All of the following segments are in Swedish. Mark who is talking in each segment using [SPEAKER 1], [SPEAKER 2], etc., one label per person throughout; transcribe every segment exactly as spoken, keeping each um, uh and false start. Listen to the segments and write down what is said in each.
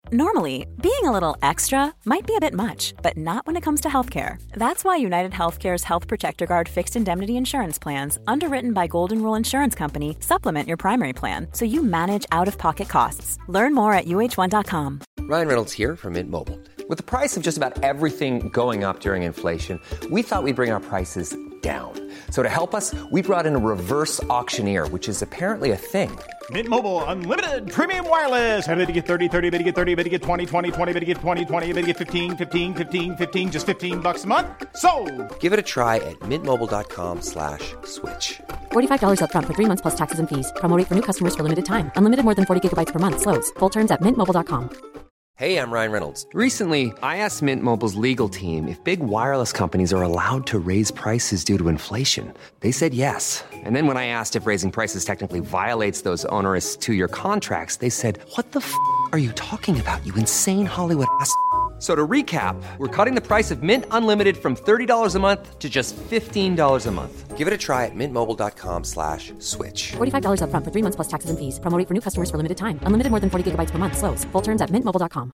[SPEAKER 1] Normally, being a little extra might be a bit much, but not when it comes to healthcare. That's why United Healthcare's Health Protector Guard fixed indemnity insurance plans, underwritten by Golden Rule Insurance Company, supplement your primary plan so you manage out-of-pocket costs. Learn more at U H one dot com.
[SPEAKER 2] Ryan Reynolds here from Mint Mobile. With the price of just about everything going up during inflation, we thought we'd bring our prices down. So to help us, we brought in a reverse auctioneer, which is apparently a thing.
[SPEAKER 3] Mint Mobile Unlimited Premium Wireless. How to get thirty, thirty, how to get thirty, how to get twenty, twenty, twenty, how to get twenty, twenty, how to get fifteen, fifteen, fifteen, fifteen, just fifteen bucks a month? Sold!
[SPEAKER 2] Give it a try at mintmobile.com slash switch.
[SPEAKER 4] forty-five dollars up front for three months plus taxes and fees. Promo rate for new customers for limited time. Unlimited more than forty gigabytes per month. Slows full terms at mint mobile dot com.
[SPEAKER 2] Hey, I'm Ryan Reynolds. Recently, I asked Mint Mobile's legal team if big wireless companies are allowed to raise prices due to inflation. They said yes. And then when I asked if raising prices technically violates those onerous two-year contracts, they said, what the f*** are you talking about, you insane Hollywood ass f- So to recap, we're cutting the price of Mint Unlimited from thirty dollars a month to just fifteen dollars a month. Give it a try at mintmobile.com slash switch.
[SPEAKER 4] forty-five dollars up front for three months plus taxes and fees. Promo rate for new customers for limited time. Unlimited more than forty gigabytes per month. Slows full terms at mint mobile dot com.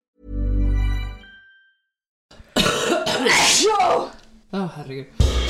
[SPEAKER 5] Ja! Ja, oh, herregud.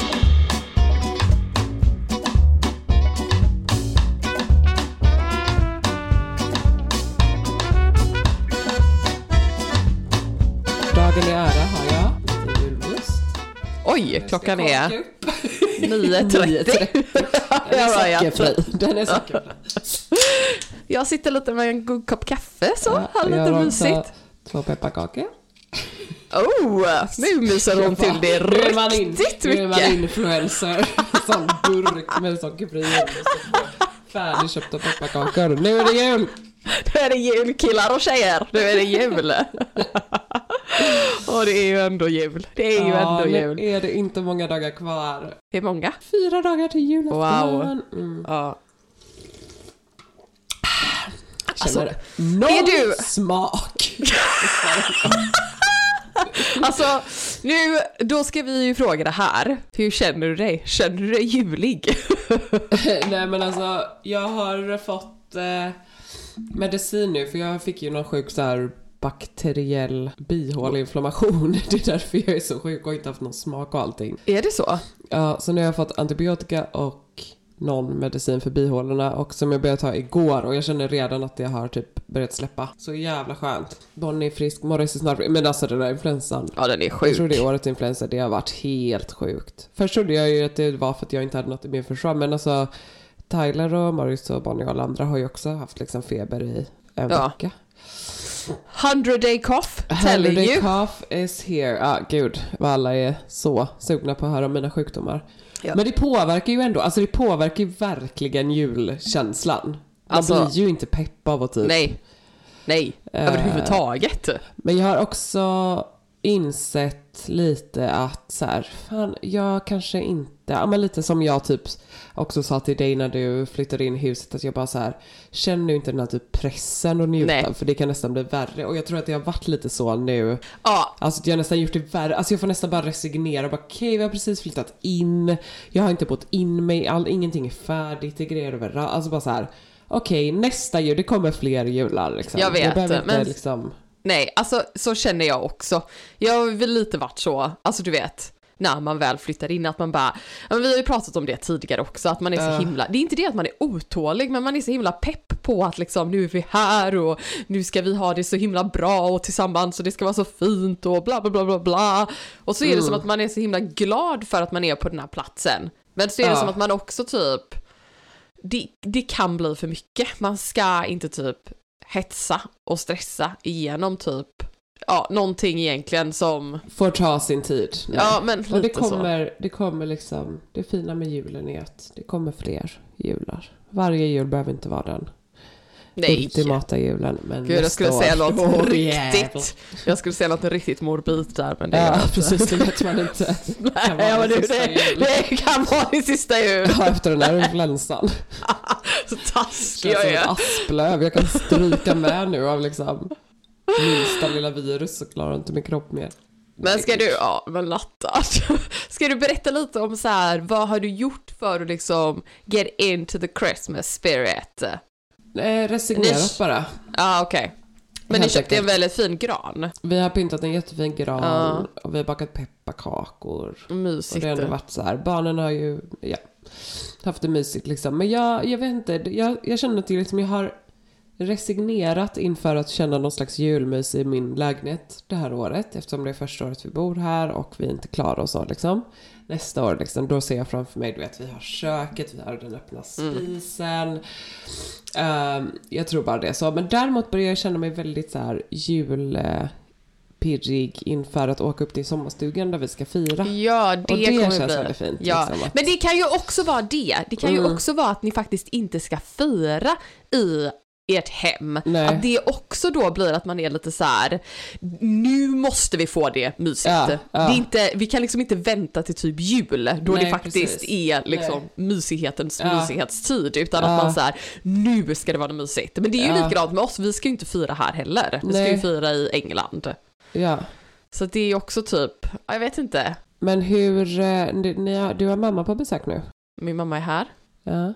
[SPEAKER 5] Dagen i ära har jag lite julmust.
[SPEAKER 6] Oj, klockan är nio trettio.
[SPEAKER 5] Den är sockerfri. Den är sockerfri.
[SPEAKER 6] Jag sitter lite med en god kopp kaffe så,
[SPEAKER 5] Ja,
[SPEAKER 6] har lite
[SPEAKER 5] jag
[SPEAKER 6] mysigt.
[SPEAKER 5] Två pepparkakor.
[SPEAKER 6] Oh, nu myser hon till det
[SPEAKER 5] nu är man in,
[SPEAKER 6] riktigt
[SPEAKER 5] nu är man
[SPEAKER 6] mycket.
[SPEAKER 5] influencer. Sån burk med sockerfri julmust. Färdigköpta pepparkakor. Nu är det jul.
[SPEAKER 6] Nu är det jul, killar och tjejer. Nu är det jul. Och det är ju ändå jul. Det är ju
[SPEAKER 5] Ja,
[SPEAKER 6] ändå
[SPEAKER 5] nu
[SPEAKER 6] jul.
[SPEAKER 5] är det inte många dagar kvar.
[SPEAKER 6] Hur många?
[SPEAKER 5] Fyra dagar till julafton.
[SPEAKER 6] Wow.
[SPEAKER 5] Mm.
[SPEAKER 6] Ja.
[SPEAKER 5] Känner
[SPEAKER 6] Alltså,
[SPEAKER 5] det. Noll
[SPEAKER 6] är du-
[SPEAKER 5] smak.
[SPEAKER 6] Alltså, nu, då ska vi ju fråga det här. Hur känner du dig? Känner du dig julig?
[SPEAKER 5] Nej men alltså, jag har fått eh, medicin nu. För jag fick ju någon sjuk så här bakteriell bihåleinflammation. Det är därför jag är så sjuk och inte haft någon smak och allting.
[SPEAKER 6] Är det så?
[SPEAKER 5] Ja, så nu har jag fått antibiotika och någon medicin för bihålorna och som jag började ta igår och jag känner redan att det har typ börjat släppa. Så jävla skönt. Bonnie är frisk, Morris är snart frisk. Men alltså den där influensan.
[SPEAKER 6] Ja, den är sjuk.
[SPEAKER 5] Jag tror det är årets influensa, det har varit helt sjukt. Först trodde jag ju att det var för att jag inte hade något immunförsvar. Men alltså Tyler och Morris och Bonnie och alla andra har ju också haft liksom feber i en
[SPEAKER 6] Ja.
[SPEAKER 5] vecka.
[SPEAKER 6] hundred day cough, telling
[SPEAKER 5] Holiday
[SPEAKER 6] you.
[SPEAKER 5] cough is here. Ah, gud, vad alla är så sugna på att höra om mina sjukdomar.
[SPEAKER 6] Ja.
[SPEAKER 5] Men det påverkar ju ändå, alltså det påverkar ju verkligen julkänslan. Man
[SPEAKER 6] Alltså-
[SPEAKER 5] blir ju inte pepp av och typ.
[SPEAKER 6] Nej, nej,
[SPEAKER 5] Eh.
[SPEAKER 6] överhuvudtaget.
[SPEAKER 5] Men jag har också insett lite att så här, fan, jag kanske inte, ja men lite som jag typ också sa till dig när du flyttade in i huset, att jag bara så här, känner ju inte den här typ pressen och njuta,
[SPEAKER 6] Nej.
[SPEAKER 5] för det kan nästan bli värre. Och jag tror att det har varit lite så nu.
[SPEAKER 6] Ja,
[SPEAKER 5] Alltså jag har nästan gjort det värre. Alltså jag får nästan bara resignera. Bara, okej, okay, vi har precis flyttat in. Jag har inte bott in mig. All, ingenting är färdigt. Det är grejer överallt. Alltså bara så här. Okej, okay, nästa jul. Det kommer fler jular liksom.
[SPEAKER 6] Jag vet,
[SPEAKER 5] Jag behöver inte
[SPEAKER 6] men-
[SPEAKER 5] liksom...
[SPEAKER 6] nej, alltså så känner jag också. Jag har väl lite varit så, alltså du vet, när man väl flyttar in, att man bara, ja, men vi har ju pratat om det tidigare också, att man är så
[SPEAKER 5] Uh.
[SPEAKER 6] himla, det är inte det att man är otålig, men man är så himla pepp på att liksom, nu är vi här och nu ska vi ha det så himla bra och tillsammans och det ska vara så fint och bla bla bla bla bla. Och så är det
[SPEAKER 5] Mm.
[SPEAKER 6] som att man är så himla glad för att man är på den här platsen. Men så är det
[SPEAKER 5] Ja.
[SPEAKER 6] som att man också typ, det, det kan bli för mycket. Man ska inte typ hetsa och stressa igenom typ, ja, någonting egentligen som,
[SPEAKER 5] Får ta sin tid. Nej.
[SPEAKER 6] ja, men lite
[SPEAKER 5] Och det
[SPEAKER 6] så.
[SPEAKER 5] kommer, det kommer liksom, det fina med julen är att det kommer fler jular. Varje jul behöver inte vara den
[SPEAKER 6] Nej.
[SPEAKER 5] ultimata julen. Men
[SPEAKER 6] Gud, jag skulle
[SPEAKER 5] nästa
[SPEAKER 6] säga
[SPEAKER 5] år-
[SPEAKER 6] något
[SPEAKER 5] Åh,
[SPEAKER 6] riktigt.
[SPEAKER 5] jävlar.
[SPEAKER 6] Jag skulle säga något riktigt morbid där, men det
[SPEAKER 5] Ja,
[SPEAKER 6] är inte.
[SPEAKER 5] precis. Det vet man inte. Kan vara
[SPEAKER 6] Ja, men
[SPEAKER 5] den
[SPEAKER 6] det,
[SPEAKER 5] sista
[SPEAKER 6] det,
[SPEAKER 5] julen.
[SPEAKER 6] det kan vara din sista jul.
[SPEAKER 5] Ja, efter den här influensan.
[SPEAKER 6] Så taskig
[SPEAKER 5] Jag
[SPEAKER 6] jag
[SPEAKER 5] är som
[SPEAKER 6] är.
[SPEAKER 5] ett asplöv. Jag kan stryka med nu av liksom minsta lilla virus, så klarar inte min kropp mer.
[SPEAKER 6] Men ska du, ja, men Natta, ska du berätta lite om så här, vad har du gjort för att liksom get into the Christmas spirit?
[SPEAKER 5] Nej, resignerat
[SPEAKER 6] Ni-
[SPEAKER 5] bara.
[SPEAKER 6] Ja, okej. Men ni köpte en väldigt fin gran.
[SPEAKER 5] Vi har pyntat en jättefin gran
[SPEAKER 6] ja.
[SPEAKER 5] och vi har bakat pepparkakor.
[SPEAKER 6] Mysigt.
[SPEAKER 5] Och det har ändå varit så här. Barnen har ju ja, haft det mysigt liksom. Men jag, jag vet inte, jag, jag känner att jag, liksom, jag har resignerat inför att känna någon slags julmys i min lägenhet det här året. Eftersom det är första året vi bor här och vi är inte klara och så liksom. Nästa år liksom, då ser jag framför mig, du vet, vi har köket, vi har den öppna spisen. Mm. Um, jag tror bara det så. Men däremot börjar jag känna mig väldigt så här julpirrig inför att åka upp till sommarstugan där vi ska fira.
[SPEAKER 6] Ja, det,
[SPEAKER 5] och det
[SPEAKER 6] kommer
[SPEAKER 5] känns
[SPEAKER 6] bli
[SPEAKER 5] väldigt fint.
[SPEAKER 6] Ja.
[SPEAKER 5] Liksom, att...
[SPEAKER 6] Men det kan ju också vara det. Det kan
[SPEAKER 5] mm.
[SPEAKER 6] ju också vara att ni faktiskt inte ska fira i ert hem.
[SPEAKER 5] Nej.
[SPEAKER 6] Att det också då blir att man är lite så här: nu måste vi få det mysigt.
[SPEAKER 5] Ja, ja.
[SPEAKER 6] Det är inte, vi kan liksom inte vänta till typ jul då
[SPEAKER 5] Nej,
[SPEAKER 6] det faktiskt
[SPEAKER 5] precis.
[SPEAKER 6] är liksom
[SPEAKER 5] Nej.
[SPEAKER 6] mysighetens
[SPEAKER 5] Ja.
[SPEAKER 6] mysighetstid, utan
[SPEAKER 5] Ja.
[SPEAKER 6] att man så här: nu ska det vara mysigt. Men det är ju
[SPEAKER 5] Ja.
[SPEAKER 6] likadant med oss, vi ska ju inte fira här heller. Vi ska
[SPEAKER 5] Nej.
[SPEAKER 6] ju fira i England.
[SPEAKER 5] Ja.
[SPEAKER 6] Så det är också typ, jag vet inte.
[SPEAKER 5] Men hur, eh, ni, ni har, du har mamma på besök nu?
[SPEAKER 6] Min mamma är här.
[SPEAKER 5] Ja.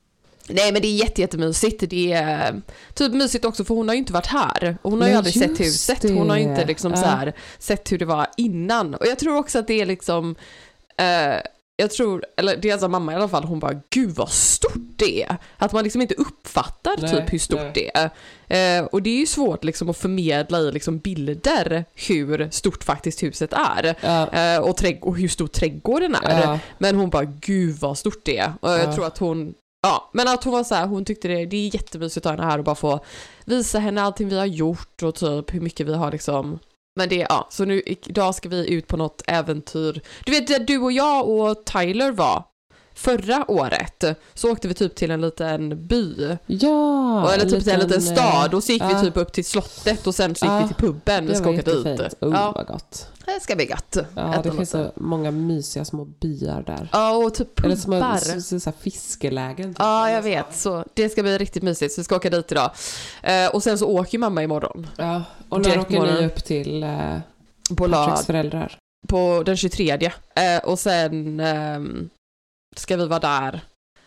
[SPEAKER 6] Nej, men det är jätte, jättemysigt. Det är typ mysigt också, för hon har ju inte varit här. Och hon har ju
[SPEAKER 5] Nej,
[SPEAKER 6] aldrig sett
[SPEAKER 5] just
[SPEAKER 6] huset.
[SPEAKER 5] det.
[SPEAKER 6] Hon har ju inte liksom
[SPEAKER 5] Ja.
[SPEAKER 6] så här sett hur det var innan. Och jag tror också att det är liksom... Eh, jag tror, eller det är alltså mamma i alla fall, hon bara, gud vad stort det är. Att man liksom inte uppfattar
[SPEAKER 5] Nej,
[SPEAKER 6] typ hur stort
[SPEAKER 5] nej.
[SPEAKER 6] det är. Eh, och det är ju svårt liksom att förmedla i liksom bilder hur stort faktiskt huset är.
[SPEAKER 5] Ja.
[SPEAKER 6] Eh, och, trädg- och hur stor trädgården är.
[SPEAKER 5] Ja.
[SPEAKER 6] Men hon bara, gud vad stort det är. Och jag
[SPEAKER 5] Ja.
[SPEAKER 6] tror att hon... Ja, men att hon var så här, hon tyckte det, det är jättemysigt att ha henne här och bara få visa henne allting vi har gjort och typ hur mycket vi har liksom. Men det, ja, så nu idag ska vi ut på något äventyr. Du vet, där du och jag och Tyler var förra året, så åkte vi typ till en liten by.
[SPEAKER 5] Ja.
[SPEAKER 6] Och, eller typ till en liten stad, och så gick
[SPEAKER 5] ja.
[SPEAKER 6] vi typ upp till slottet och sen så gick
[SPEAKER 5] Ja.
[SPEAKER 6] vi till puben. Vi
[SPEAKER 5] Det
[SPEAKER 6] ska
[SPEAKER 5] var
[SPEAKER 6] åka dit.
[SPEAKER 5] jättefint. Oh,
[SPEAKER 6] Ja,
[SPEAKER 5] vad gott.
[SPEAKER 6] det ska bli gott.
[SPEAKER 5] Ja,
[SPEAKER 6] Äta
[SPEAKER 5] det
[SPEAKER 6] något.
[SPEAKER 5] finns så många mysiga små byar där.
[SPEAKER 6] Ja, och typ
[SPEAKER 5] Eller små
[SPEAKER 6] pubbar.
[SPEAKER 5] så, så, så här fiskelägen. typ.
[SPEAKER 6] Ja, jag vet. Så det ska bli riktigt mysigt. Så vi ska åka dit idag. Eh, och sen så åker mamma imorgon.
[SPEAKER 5] Ja, och när
[SPEAKER 6] Direkt
[SPEAKER 5] åker
[SPEAKER 6] morgon.
[SPEAKER 5] ni upp till eh,
[SPEAKER 6] På,
[SPEAKER 5] Patricks
[SPEAKER 6] lördag,
[SPEAKER 5] föräldrar?
[SPEAKER 6] på den tjugotredje. Eh, och sen ehm, ska vi vara där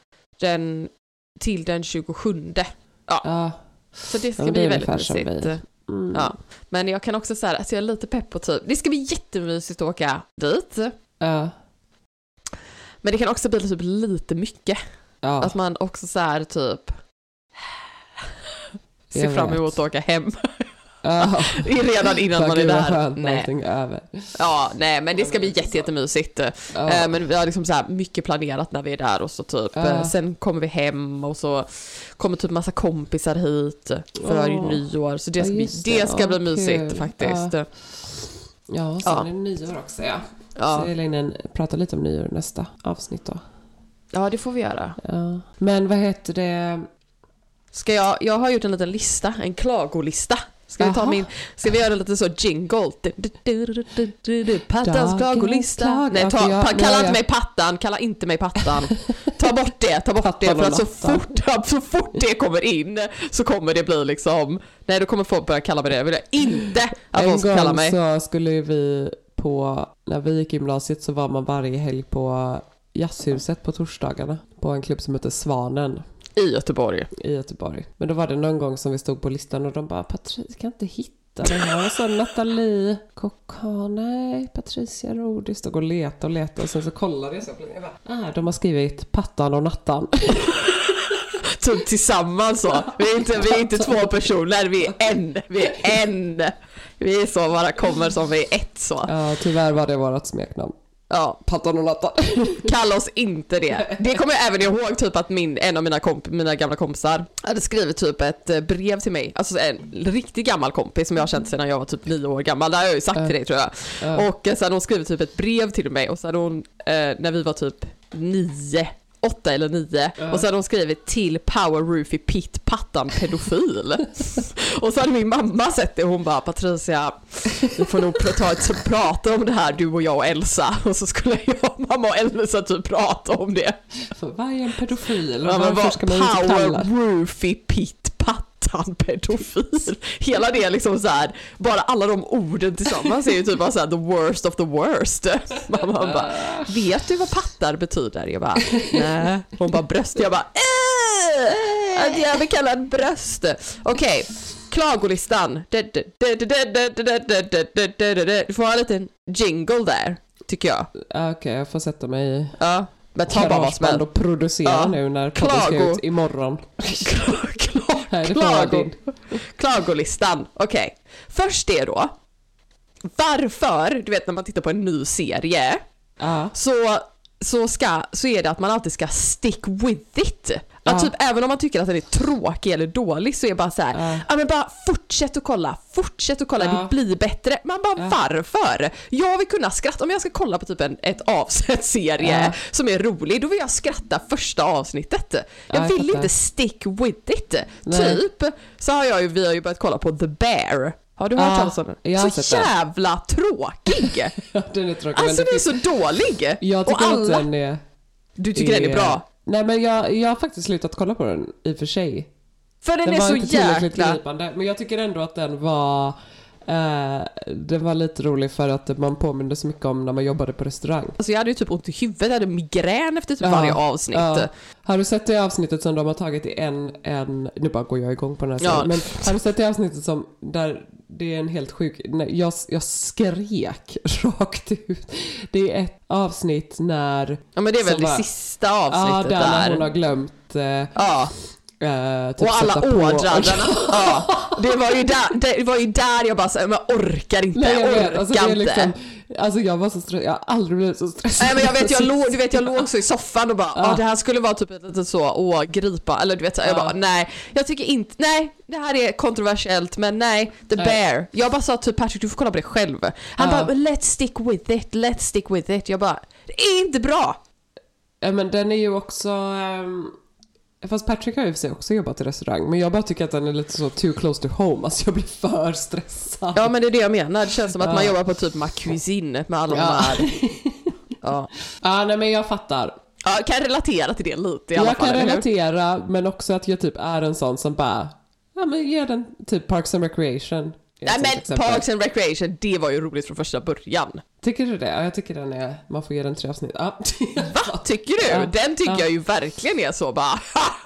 [SPEAKER 6] den, till den tjugosjunde. Ja,
[SPEAKER 5] Ja.
[SPEAKER 6] så det ska
[SPEAKER 5] Ja, det
[SPEAKER 6] bli
[SPEAKER 5] är
[SPEAKER 6] väldigt
[SPEAKER 5] ungefär som
[SPEAKER 6] mysigt.
[SPEAKER 5] vi. Mm.
[SPEAKER 6] Ja. Men jag kan också säga att jag är lite pepp på typ. Det ska bli jättemysigt att åka dit.
[SPEAKER 5] Ja.
[SPEAKER 6] Men det kan också bli typ lite mycket.
[SPEAKER 5] Ja.
[SPEAKER 6] Att man också så här typ ser
[SPEAKER 5] Jag
[SPEAKER 6] fram
[SPEAKER 5] vet.
[SPEAKER 6] emot att åka hem.
[SPEAKER 5] Ja.
[SPEAKER 6] Redan innan man är
[SPEAKER 5] Gud, vad
[SPEAKER 6] där.
[SPEAKER 5] skönt när
[SPEAKER 6] Nej.
[SPEAKER 5] allting är över.
[SPEAKER 6] Ja, nej, men det ska bli jätte, jättemysigt.
[SPEAKER 5] Ja.
[SPEAKER 6] Eh, Men vi har liksom så här mycket planerat när vi är där och så typ.
[SPEAKER 5] Ja.
[SPEAKER 6] eh, Sen kommer vi hem och så kommer typ massa kompisar hit för det är ju
[SPEAKER 5] Åh.
[SPEAKER 6] nyår. Så det ska,
[SPEAKER 5] Ja,
[SPEAKER 6] bli,
[SPEAKER 5] just det.
[SPEAKER 6] det ska
[SPEAKER 5] Ja,
[SPEAKER 6] bli mysigt
[SPEAKER 5] kul.
[SPEAKER 6] faktiskt.
[SPEAKER 5] Ja. Ja, sen
[SPEAKER 6] Ja.
[SPEAKER 5] är det nyår också, ja.
[SPEAKER 6] Ja.
[SPEAKER 5] Så Elin pratar lite om nyår nästa avsnitt då.
[SPEAKER 6] Ja, det får vi göra.
[SPEAKER 5] Ja. Men vad heter det?
[SPEAKER 6] Ska jag, jag har gjort en liten lista, en klagolista. Ska vi ta
[SPEAKER 5] Jaha.
[SPEAKER 6] min, ska vi göra lite så jingle? Du, du, du, du, du, du, du, Pattans
[SPEAKER 5] Dagens
[SPEAKER 6] klagolista.
[SPEAKER 5] klag-
[SPEAKER 6] Nej, ta,
[SPEAKER 5] Okej, ja,
[SPEAKER 6] pa,
[SPEAKER 5] nu
[SPEAKER 6] kalla
[SPEAKER 5] har
[SPEAKER 6] inte
[SPEAKER 5] jag-
[SPEAKER 6] mig Pattan, kalla inte mig Pattan. Ta bort det, ta bort
[SPEAKER 5] Pattan
[SPEAKER 6] det. För
[SPEAKER 5] och
[SPEAKER 6] att så
[SPEAKER 5] Nattan.
[SPEAKER 6] fort, ja, så fort det kommer in så kommer det bli liksom, nej, då kommer folk börja kalla mig det. Jag vill inte att
[SPEAKER 5] En
[SPEAKER 6] någon ska kalla
[SPEAKER 5] gång
[SPEAKER 6] mig.
[SPEAKER 5] så skulle vi på, när vi gick i gymnasiet så var man varje helg på jazzhuset på torsdagarna. På en klubb som heter Svanen
[SPEAKER 6] I Göteborg.
[SPEAKER 5] i Göteborg. Men då var det någon gång som vi stod på listan och de bara, Patricia, kan inte hitta det här. Och så Nathalie Kokka, nej, Patricia Rodi stod och letade och letade. Och sen så kollade jag så på jag bara, ah, de har skrivit Pattan och Nattan.
[SPEAKER 6] Så tillsammans så. Vi är inte, vi är inte två personer, vi är en. Vi är en. Vi är så, bara kommer som vi är ett så.
[SPEAKER 5] Ja, tyvärr var det vårat smeknamn.
[SPEAKER 6] Ja.
[SPEAKER 5] Pattan och Nattan.
[SPEAKER 6] Kalla oss inte det. Det kommer jag även ihåg typ att min, en av mina, komp- mina gamla kompisar hade skrivit typ ett eh, brev till mig. Alltså en riktigt gammal kompis som jag har känt sedan jag var typ nio år gammal. Det har jag ju sagt till dig tror jag.
[SPEAKER 5] Uh.
[SPEAKER 6] Och eh, så hade hon skrivit typ ett brev till mig. Och så hade hon, eh, när vi var typ nio, åtta eller nio.
[SPEAKER 5] Uh.
[SPEAKER 6] Och så hade hon skrivit till Power Roofy Pitt Pattan pedofil. Och så hade min mamma sett det och hon bara, Patricia, vi får nog ta ett prata om det här, du och jag och Elsa. Och så skulle jag, mamma och Elsa typ prata om det.
[SPEAKER 5] Vad är en pedofil?
[SPEAKER 6] Ja,
[SPEAKER 5] Och
[SPEAKER 6] men
[SPEAKER 5] varför
[SPEAKER 6] vad
[SPEAKER 5] ska man inte
[SPEAKER 6] Power
[SPEAKER 5] kalla?
[SPEAKER 6] Roofy Pitt Pattan pedofil. Hela det liksom så här, bara alla de orden tillsammans är ju typ bara så här, the worst of the worst. Mamma bara, vet du vad pattar betyder? Jag bara, nej. Hon bara, bröst. Jag bara, äh, att jag blir kallad bröst. Okej, Klagolistan. Du får ha en liten jingle där, tycker jag.
[SPEAKER 5] Okej, okay, jag får sätta mig i
[SPEAKER 6] ja, men ta bara vad som helst
[SPEAKER 5] och producera ja. nu när podden ska ut imorgon.
[SPEAKER 6] Klago. Klagolistan. Okej. Okay. Först är då varför, du vet när man tittar på en ny serie
[SPEAKER 5] uh.
[SPEAKER 6] så, så, ska, så är det att man alltid ska stick with it. Att uh. typ, även om man tycker att den är tråkig eller dålig så är det bara så här, uh. ja men bara fortsätt att kolla, fortsätt att kolla, uh. det blir bättre. Man bara, uh. varför? Jag vill kunna skratta, om jag ska kolla på typ en ett avsnitt serie uh. som är rolig, då vill jag skratta första avsnittet. Jag uh, vill jag inte stick with it. Nej. Typ, så har jag ju, vi har ju börjat kolla på The Bear. Har du hört talas om den? Så jävla tråkig.
[SPEAKER 5] Den är tråkig.
[SPEAKER 6] Alltså den är så dålig.
[SPEAKER 5] Jag tycker alla... att den är...
[SPEAKER 6] Du tycker är... den är bra?
[SPEAKER 5] Nej, men jag, jag har faktiskt slutat kolla på den i och för sig.
[SPEAKER 6] För den, den är så jäkla...
[SPEAKER 5] gripande, men jag tycker ändå att den var... Uh, den var lite rolig för att man påminner så mycket om när man jobbade på restaurang.
[SPEAKER 6] Alltså jag hade ju typ ont i huvudet, jag hade migrän efter typ uh, varje avsnitt. Uh.
[SPEAKER 5] Har du sett det avsnittet som de har tagit i en, en nu bara går jag igång på den här serien, ja. Men har du sett det avsnittet som där det är en helt sjuk, nej, jag, jag skrek rakt ut. Det är ett avsnitt när...
[SPEAKER 6] Ja men det är väl det var, sista avsnittet
[SPEAKER 5] ja, där. Ja,
[SPEAKER 6] där
[SPEAKER 5] hon har glömt... Uh,
[SPEAKER 6] ja.
[SPEAKER 5] Uh, typ
[SPEAKER 6] och alla ådrarna. Ja, det var ju där det var ju där jag bara så jag orkar inte. Nej, jag, jag orkar alltså, inte. Liksom,
[SPEAKER 5] alltså jag var så stressad. Jag har aldrig blivit så stressad.
[SPEAKER 6] Nej men jag vet jag låg du vet jag låg så i soffan och bara ja, ah, det här skulle vara typ lite så åh gripa eller du vet så, jag bara nej, jag tycker inte nej, det här är kontroversiellt men nej, The nej. Bear. Jag bara sa typ Patrick du får kolla på det själv. Han ja. bara let's stick with it, let's stick with it. Jag bara det är inte bra.
[SPEAKER 5] Ja men den är ju också um... Fast Patrick har ju för sig också jobbat i restaurang. Men jag bara tycker att den är lite så too close to home. Alltså jag blir för stressad.
[SPEAKER 6] Ja men det är det jag menar. Det känns som att ja. man jobbar på typ Ma Cuisine med alla ja. de här.
[SPEAKER 5] Ja. Ja nej men jag fattar.
[SPEAKER 6] Ja, jag kan relatera till det lite i alla
[SPEAKER 5] jag
[SPEAKER 6] fall.
[SPEAKER 5] Jag kan relatera men också att jag typ är en sån som bara ja men ge den typ Parks and Recreation.
[SPEAKER 6] Nej men exempel. Parks and Recreation, det var ju roligt från första början.
[SPEAKER 5] Tycker du det? Ja, jag tycker den är, man får ge den tre avsnitt. Ja.
[SPEAKER 6] Va? Tycker du? Ja. Den tycker ja. jag ju verkligen är så bara.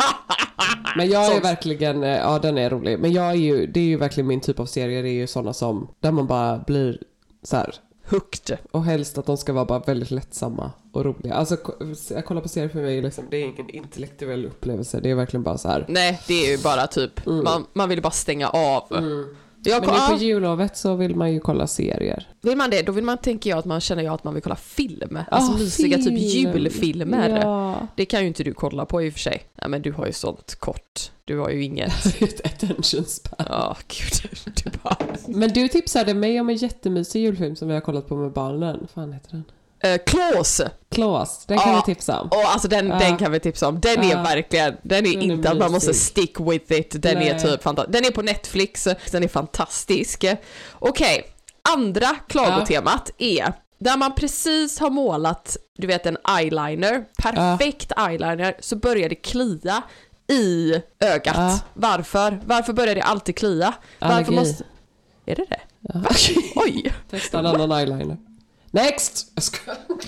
[SPEAKER 5] Men jag är så. verkligen, ja den är rolig. Men jag är ju, det är ju verkligen min typ av serier. Det är ju sådana som, där man bara blir så här
[SPEAKER 6] hooked.
[SPEAKER 5] Och helst att de ska vara bara väldigt lättsamma och roliga. Alltså jag kollar på serier för mig liksom, det är ingen intellektuell upplevelse. Det är verkligen bara så här.
[SPEAKER 6] Nej, det är ju bara typ, mm. man, man vill bara stänga av.
[SPEAKER 5] Mm. Jag, men nu på jullovet så vill man ju kolla serier.
[SPEAKER 6] Vill man det? Då vill man, tänker jag, att man känner jag att man vill kolla film. Alltså oh, mysiga film. Typ julfilmer. Ja. Det kan ju inte du kolla på i och för sig. Nej men du har ju sånt kort. Du har ju inget.
[SPEAKER 5] Ett attention span.
[SPEAKER 6] Ja, gud. Du bara...
[SPEAKER 5] Men du tipsade mig om en jättemysig julfilm som vi har kollat på med barnen. Vad fan heter den?
[SPEAKER 6] Uh, Klaus.
[SPEAKER 5] Klaus, den kan ja, vi tipsa om.
[SPEAKER 6] Och alltså den, uh, den kan vi tipsa om. Den uh, är verkligen, den är den inte är att man måste stick with it. Den Nej. är typ fantastisk. Den är på Netflix. Den är fantastisk. Okej, okay. Andra klagotemat uh. är där man precis har målat, du vet en eyeliner, perfekt uh. eyeliner, så börjar det klia i ögat. Uh. Varför? Varför börjar det alltid klia? Varför måste... Är det det? Uh. Oj.
[SPEAKER 5] Testa en annan eyeliner. Next! Jag ska...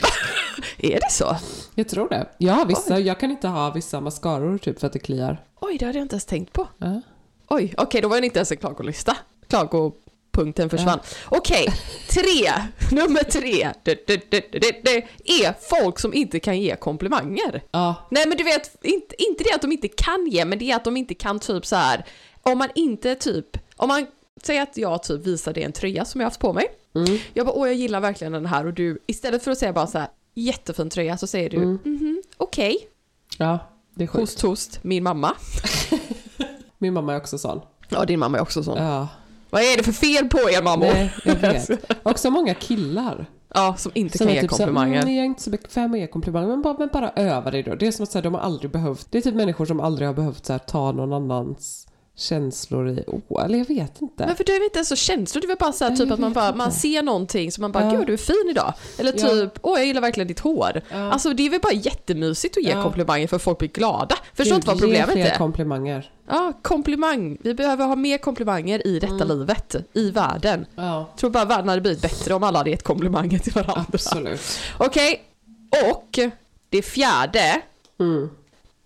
[SPEAKER 6] Är det så?
[SPEAKER 5] Jag tror det. Ja, vissa, Oj. jag kan inte ha vissa mascaror typ för att det kliar.
[SPEAKER 6] Oj, det hade jag inte ens tänkt på.
[SPEAKER 5] Uh.
[SPEAKER 6] Oj, okej, okay, då var det inte ens en klagolista. Klagopunkten försvann. Uh. Okej, okay, tre. Nummer tre. Det, det, det, det, det är folk som inte kan ge komplimanger.
[SPEAKER 5] Uh.
[SPEAKER 6] Nej, men du vet, inte, inte det att de inte kan ge, men det är att de inte kan typ så här. Om man inte typ, om man säger att jag typ visar dig en tröja som jag har haft på mig. Mm. Jag bara, åh jag gillar verkligen den här. Och du, istället för att säga bara så här, jättefin tröja, så säger du, mm. mm-hmm, okej. Okay.
[SPEAKER 5] Ja, det är sjukt.
[SPEAKER 6] Host, host, min mamma.
[SPEAKER 5] Min mamma är också sån.
[SPEAKER 6] Ja, din mamma är också sån.
[SPEAKER 5] Ja.
[SPEAKER 6] Vad är det för fel på er mamma?
[SPEAKER 5] Nej, jag vet. Också många killar.
[SPEAKER 6] Ja, som inte som kan ge typ komplimanger.
[SPEAKER 5] Så, mm, jag är inte så bekväm med att ge komplimanger, men bara, men bara öva dig då. Det är som att säga, de har aldrig behövt, det är typ människor som aldrig har behövt så här, ta någon annans känslor i, oh, eller jag vet inte.
[SPEAKER 6] Men för du är inte så känslor, det är bara så här, typ att man bara, man ser någonting som man bara,
[SPEAKER 5] ja.
[SPEAKER 6] gud du är fin idag. Eller typ, ja. åh jag gillar verkligen ditt hår. Ja. Alltså det är väl bara jättemysigt att ge ja. komplimanger för att folk blir glada. Förstår inte vad problemet är.
[SPEAKER 5] komplimanger.
[SPEAKER 6] Ja, komplimang. Vi behöver ha mer komplimanger i detta mm. livet, i världen.
[SPEAKER 5] Ja.
[SPEAKER 6] Jag tror bara världen hade blivit bättre om alla hade gett komplimanger till varandra.
[SPEAKER 5] Absolut.
[SPEAKER 6] Okej, okay. Och det fjärde
[SPEAKER 5] mm.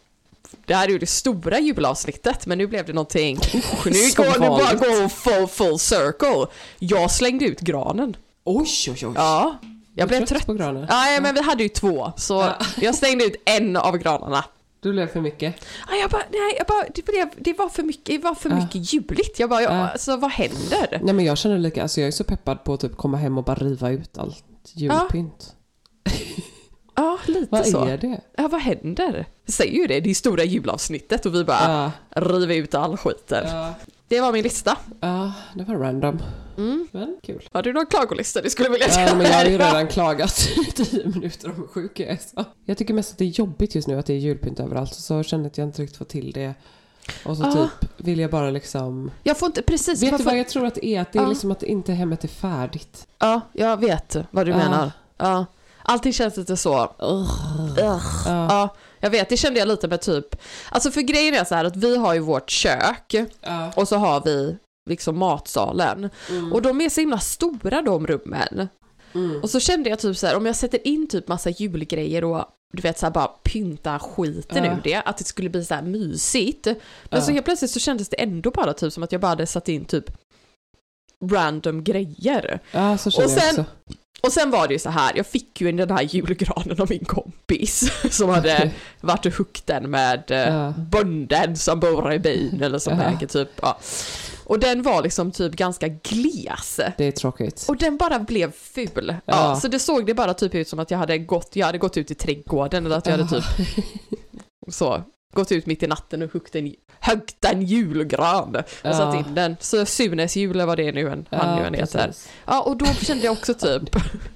[SPEAKER 6] det här är ju det stora jubelavsnittet, men nu blev det någonting. Usch, nu går nu bara gå full, full circle. Jag slängde ut granen.
[SPEAKER 5] Oj, oj, oj.
[SPEAKER 6] Ja, jag blev
[SPEAKER 5] trött,
[SPEAKER 6] trött.
[SPEAKER 5] på granen.
[SPEAKER 6] Ja, men vi hade ju två, så
[SPEAKER 5] Ja.
[SPEAKER 6] jag stängde ut en av granarna.
[SPEAKER 5] Du blev för mycket.
[SPEAKER 6] Ja, jag bara, nej, jag bara, det, blev, det var för mycket, det var för
[SPEAKER 5] Ja.
[SPEAKER 6] mycket juligt. Jag bara, jag,
[SPEAKER 5] Ja.
[SPEAKER 6] alltså vad händer?
[SPEAKER 5] Nej, men jag känner lika, alltså jag är så peppad på att typ komma hem och bara riva ut allt julpynt.
[SPEAKER 6] Ja, lite
[SPEAKER 5] Vad
[SPEAKER 6] så.
[SPEAKER 5] är det?
[SPEAKER 6] Ja, vad händer? Vi säger ju det, det är stora julavsnittet och vi bara
[SPEAKER 5] Ja.
[SPEAKER 6] river ut all skiten.
[SPEAKER 5] Ja.
[SPEAKER 6] Det var min lista.
[SPEAKER 5] Ja, det var random.
[SPEAKER 6] Mm.
[SPEAKER 5] Men kul.
[SPEAKER 6] Har du någon klagolista du skulle vilja
[SPEAKER 5] Ja,
[SPEAKER 6] säga?
[SPEAKER 5] men jag har ju redan klagat i tio minuter om hur sjuk jag är. Så. Jag tycker mest att det är jobbigt just nu att det är julpynt överallt. Så känner att jag inte riktigt får till det. Och så
[SPEAKER 6] Ah.
[SPEAKER 5] typ vill jag bara liksom...
[SPEAKER 6] Jag får inte precis...
[SPEAKER 5] Vet du
[SPEAKER 6] får...
[SPEAKER 5] vad jag tror att det är? Att det är
[SPEAKER 6] Ah.
[SPEAKER 5] liksom att inte hemmet är färdigt.
[SPEAKER 6] Ja, jag vet vad du
[SPEAKER 5] Ah.
[SPEAKER 6] menar. Ja. Allting känns lite så... Ugh.
[SPEAKER 5] Ja.
[SPEAKER 6] Ja, jag vet. Det kände jag lite med typ... Alltså för grejen är så här att vi har ju vårt kök
[SPEAKER 5] Ja.
[SPEAKER 6] och så har vi liksom matsalen.
[SPEAKER 5] Mm.
[SPEAKER 6] Och de är så himla stora, de rummen.
[SPEAKER 5] Mm.
[SPEAKER 6] Och så kände jag typ så här, om jag sätter in typ massa julgrejer och du vet så här bara pynta skiten
[SPEAKER 5] Ja.
[SPEAKER 6] ur det, att det skulle bli så här mysigt. Men
[SPEAKER 5] Ja.
[SPEAKER 6] så helt plötsligt så kändes det ändå bara typ som att jag bara hade satt in typ random grejer.
[SPEAKER 5] Ja, så känner
[SPEAKER 6] Och
[SPEAKER 5] jag
[SPEAKER 6] sen-
[SPEAKER 5] också.
[SPEAKER 6] Och sen var det ju så här, jag fick ju den här julgranen av min kompis som hade varit och huggit den med eh,
[SPEAKER 5] Ja.
[SPEAKER 6] bonden som bor i byn eller som
[SPEAKER 5] Ja.
[SPEAKER 6] äger typ, ja. Och den var liksom typ ganska gles.
[SPEAKER 5] Det är tråkigt.
[SPEAKER 6] Och den bara blev ful. Ja.
[SPEAKER 5] Ja.
[SPEAKER 6] Så det såg det bara typ ut som att jag hade gått, jag hade gått ut i trädgården eller att jag hade typ så gått ut mitt i natten och huggit en, huggit en julgran och
[SPEAKER 5] Ja.
[SPEAKER 6] satt in den. Så Sunes jul, vad det är nu en, han nu en heter.
[SPEAKER 5] precis.
[SPEAKER 6] Ja, och då kände jag också typ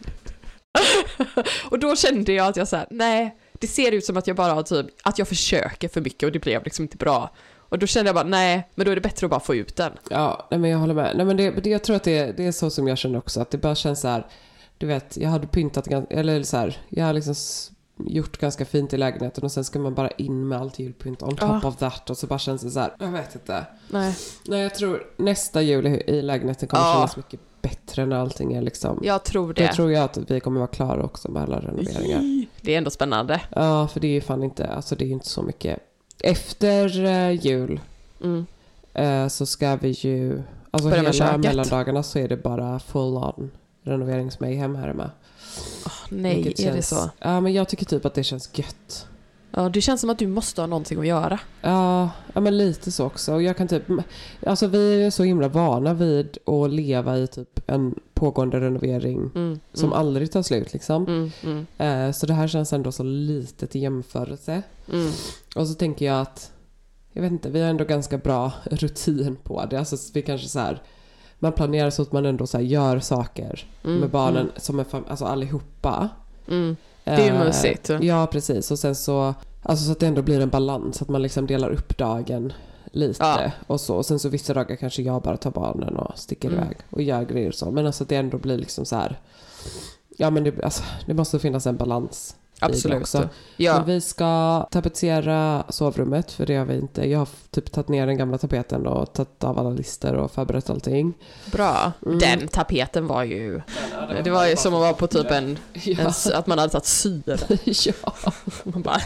[SPEAKER 6] och då kände jag att jag så här, nej, det ser ut som att jag bara har typ, att jag försöker för mycket och det blev liksom inte bra. Och då kände jag bara, nej, men då är det bättre att bara få ut den.
[SPEAKER 5] Ja, nej, men jag håller med. Nej, men det, det, jag tror att det, det är så som jag känner också. Att det bara känns så här, du vet, jag hade pyntat ganska, eller så här, jag har liksom s- gjort ganska fint i lägenheten och sen ska man bara in med allt julpynt on top
[SPEAKER 6] Ja.
[SPEAKER 5] of that och så bara känns det så här, jag vet inte.
[SPEAKER 6] Nej,
[SPEAKER 5] Nej, jag tror nästa jul i, i lägenheten kommer
[SPEAKER 6] Ja.
[SPEAKER 5] kännas mycket bättre när allting är liksom...
[SPEAKER 6] jag tror
[SPEAKER 5] Då
[SPEAKER 6] det.
[SPEAKER 5] tror jag att vi kommer vara klara också med alla renoveringar.
[SPEAKER 6] Det är ändå spännande.
[SPEAKER 5] Ja, för det är ju fan inte, alltså det är ju inte så mycket. Efter eh, jul
[SPEAKER 6] Mm.
[SPEAKER 5] eh, så ska vi ju, alltså
[SPEAKER 6] Börja med
[SPEAKER 5] hela
[SPEAKER 6] köket.
[SPEAKER 5] mellandagarna så är det bara full on renoveringsmayhem här hemma.
[SPEAKER 6] Nej,
[SPEAKER 5] Vilket
[SPEAKER 6] är det
[SPEAKER 5] känns-
[SPEAKER 6] så?
[SPEAKER 5] Ja, men jag tycker typ att det känns gött.
[SPEAKER 6] Ja, det känns som att du måste ha någonting att göra.
[SPEAKER 5] Ja, ja men lite så också. Och jag kan typ, alltså vi är så himla vana vid att leva i typ en pågående renovering
[SPEAKER 6] Mm,
[SPEAKER 5] som
[SPEAKER 6] mm,
[SPEAKER 5] aldrig tar slut liksom.
[SPEAKER 6] mm, mm,
[SPEAKER 5] Eh, så det här känns ändå så litet i jämförelse.
[SPEAKER 6] mm.
[SPEAKER 5] Och så tänker jag att, jag vet inte, vi har ändå ganska bra rutin på det. Alltså vi kanske så här, man planerar så att man ändå så här gör saker
[SPEAKER 6] Mm,
[SPEAKER 5] med barnen som är fam- alltså allihopa.
[SPEAKER 6] Mm. Det är ju
[SPEAKER 5] Eh,
[SPEAKER 6] mysigt.
[SPEAKER 5] Ja, precis. Och sen så, alltså så att det ändå blir en balans, att man liksom delar upp dagen lite
[SPEAKER 6] Ja.
[SPEAKER 5] och så. Och sen så vissa dagar kanske jag bara tar barnen och sticker
[SPEAKER 6] Mm.
[SPEAKER 5] iväg och gör grejer och så. Men alltså att det ändå blir liksom så här, ja men det, alltså, det måste finnas en balans.
[SPEAKER 6] Absolut.
[SPEAKER 5] Också.
[SPEAKER 6] Ja.
[SPEAKER 5] Men vi ska tapetsera sovrummet, för det har vi inte. Jag har typ tagit ner den gamla tapeten och tagit av alla lister och förberett allting.
[SPEAKER 6] Bra.
[SPEAKER 5] Mm.
[SPEAKER 6] Den tapeten var ju... Det var ju som att vara på typ en...
[SPEAKER 5] Ja.
[SPEAKER 6] en s- att man hade tagit syre.
[SPEAKER 5] Ja.
[SPEAKER 6] Man bara...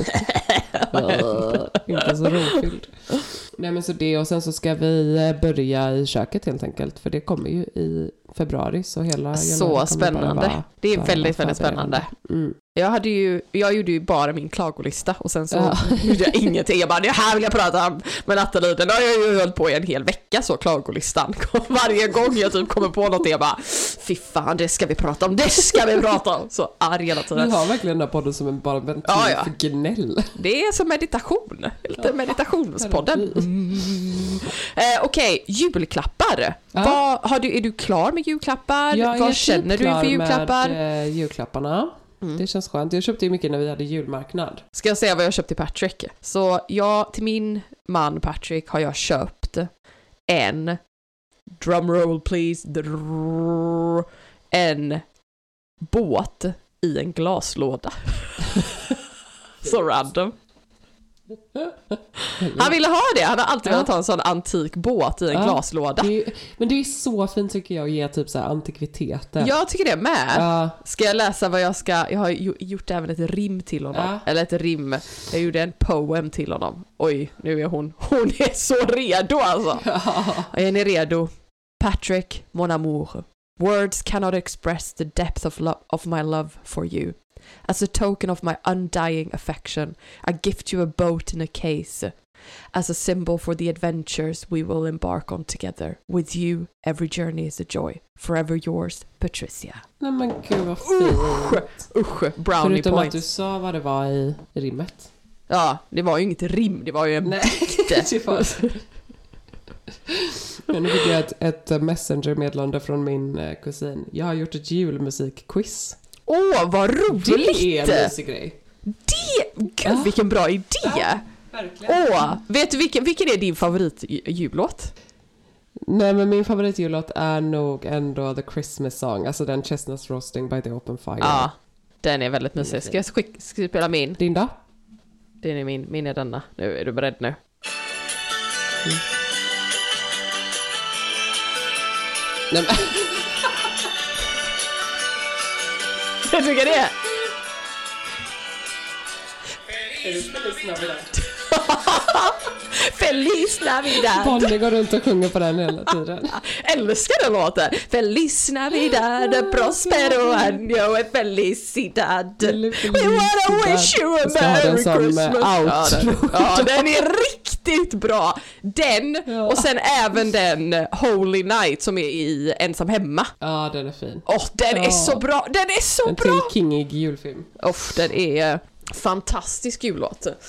[SPEAKER 5] Inte så rofylld. Nej men så det, och sen så ska vi eh, börja i köket helt enkelt, för det kommer ju i februari, så hela januari
[SPEAKER 6] Så
[SPEAKER 5] kommer bara
[SPEAKER 6] spännande.
[SPEAKER 5] vara-
[SPEAKER 6] Det är
[SPEAKER 5] bara
[SPEAKER 6] väldigt,
[SPEAKER 5] vara
[SPEAKER 6] väldigt spännande.
[SPEAKER 5] Mm.
[SPEAKER 6] Jag hade ju... Jag gjorde ju bara min klagolista och sen så
[SPEAKER 5] Ja.
[SPEAKER 6] gjorde jag ingenting. Jag bara, det här vill jag prata om med Nathalie. Den har jag ju hållit på i en hel vecka, så klagolistan. Varje gång jag typ kommer på något, jag bara, fy fan, det ska vi prata om, det ska vi prata om. Så arg hela
[SPEAKER 5] Vi
[SPEAKER 6] tiden.
[SPEAKER 5] har verkligen den här podden som en bara ventil
[SPEAKER 6] Ja, ja.
[SPEAKER 5] för gnäll.
[SPEAKER 6] Det är som meditation. Lite meditationspodden. Mm. Eh, Okej, julklappar.
[SPEAKER 5] Ja.
[SPEAKER 6] Vad, har du, är du klar med julklappar?
[SPEAKER 5] Jag är
[SPEAKER 6] Vad
[SPEAKER 5] typ
[SPEAKER 6] känner du
[SPEAKER 5] klar
[SPEAKER 6] för julklappar?
[SPEAKER 5] med eh, julklapparna.
[SPEAKER 6] Mm.
[SPEAKER 5] Det känns skönt. Jag köpte ju mycket när vi hade julmarknad.
[SPEAKER 6] Ska jag säga vad jag köpt till Patrick? Så jag, till min man Patrick har jag köpt en, drumroll please, drrrr, en båt i en glaslåda. Så random. Han ville ha det, han har alltid
[SPEAKER 5] Ja.
[SPEAKER 6] velat ha en sån antik båt i en
[SPEAKER 5] Ja,
[SPEAKER 6] glaslåda.
[SPEAKER 5] Det är, men det är så fint tycker jag att ge typ så här antikviteter.
[SPEAKER 6] Jag tycker det med.
[SPEAKER 5] Ja.
[SPEAKER 6] Ska jag läsa vad jag ska... Jag har ju- gjort även ett rim till honom.
[SPEAKER 5] Ja.
[SPEAKER 6] Eller ett rim. Jag gjorde en poem till honom. Oj, nu är hon... Hon är så redo alltså. Är ni redo? Patrick, mon amour. Words cannot express the depth of, lo- of my love for you. As a token of my undying affection, I gift you a boat in a case. As a symbol for the adventures we will embark on together. With you, every journey is a joy. Forever yours, Patricia.
[SPEAKER 5] Nej men gud vad fint.
[SPEAKER 6] Usch, brownie
[SPEAKER 5] Förutom
[SPEAKER 6] point.
[SPEAKER 5] att du sa vad det var i rimmet.
[SPEAKER 6] Ja, det var ju inget rim, det var ju en
[SPEAKER 5] Nej,
[SPEAKER 6] dikt.
[SPEAKER 5] det var... Men nu fick jag ett, ett messenger-meddelande från min eh, kusin. Jag har gjort ett julmusikquiz.
[SPEAKER 6] Åh, vad roligt!
[SPEAKER 5] Det är en mysig grej.
[SPEAKER 6] Det, gud
[SPEAKER 5] Ja.
[SPEAKER 6] vilken bra idé!
[SPEAKER 5] Ja, verkligen.
[SPEAKER 6] Åh, vet du vilken, vilken är din favoritjullåt?
[SPEAKER 5] Nej men min favoritjullåt är nog ändå The Christmas Song. Alltså den Chestnuts Roasting by the Open Fire.
[SPEAKER 6] Ja, den är väldigt mysig. Ska jag, skick, ska jag spela min?
[SPEAKER 5] Din då?
[SPEAKER 6] Den är min, min är denna. Nu är du beredd nu.
[SPEAKER 5] Mm. Nej, men...
[SPEAKER 6] Jag tycker det är.
[SPEAKER 5] Är du Feliz Navidad?
[SPEAKER 6] Feliz Navidad.
[SPEAKER 5] Bonnie går runt och sjunger på den hela tiden.
[SPEAKER 6] Älskar den låten. Feliz Navidad, prospero año e felicidad. We wanna wish you a
[SPEAKER 5] Jag ska ha
[SPEAKER 6] merry
[SPEAKER 5] den som,
[SPEAKER 6] Christmas.
[SPEAKER 5] eh,
[SPEAKER 6] Ja, den,
[SPEAKER 5] outro.
[SPEAKER 6] ja, den är riktigt bra. Den
[SPEAKER 5] Ja.
[SPEAKER 6] och sen även den Holy Night som är i Ensam hemma.
[SPEAKER 5] Ja, den är fin.
[SPEAKER 6] Åh, den
[SPEAKER 5] Ja.
[SPEAKER 6] är så bra. Den är så
[SPEAKER 5] En
[SPEAKER 6] bra.
[SPEAKER 5] till kingig julfilm.
[SPEAKER 6] Off, den är fantastisk jullåt. Eh,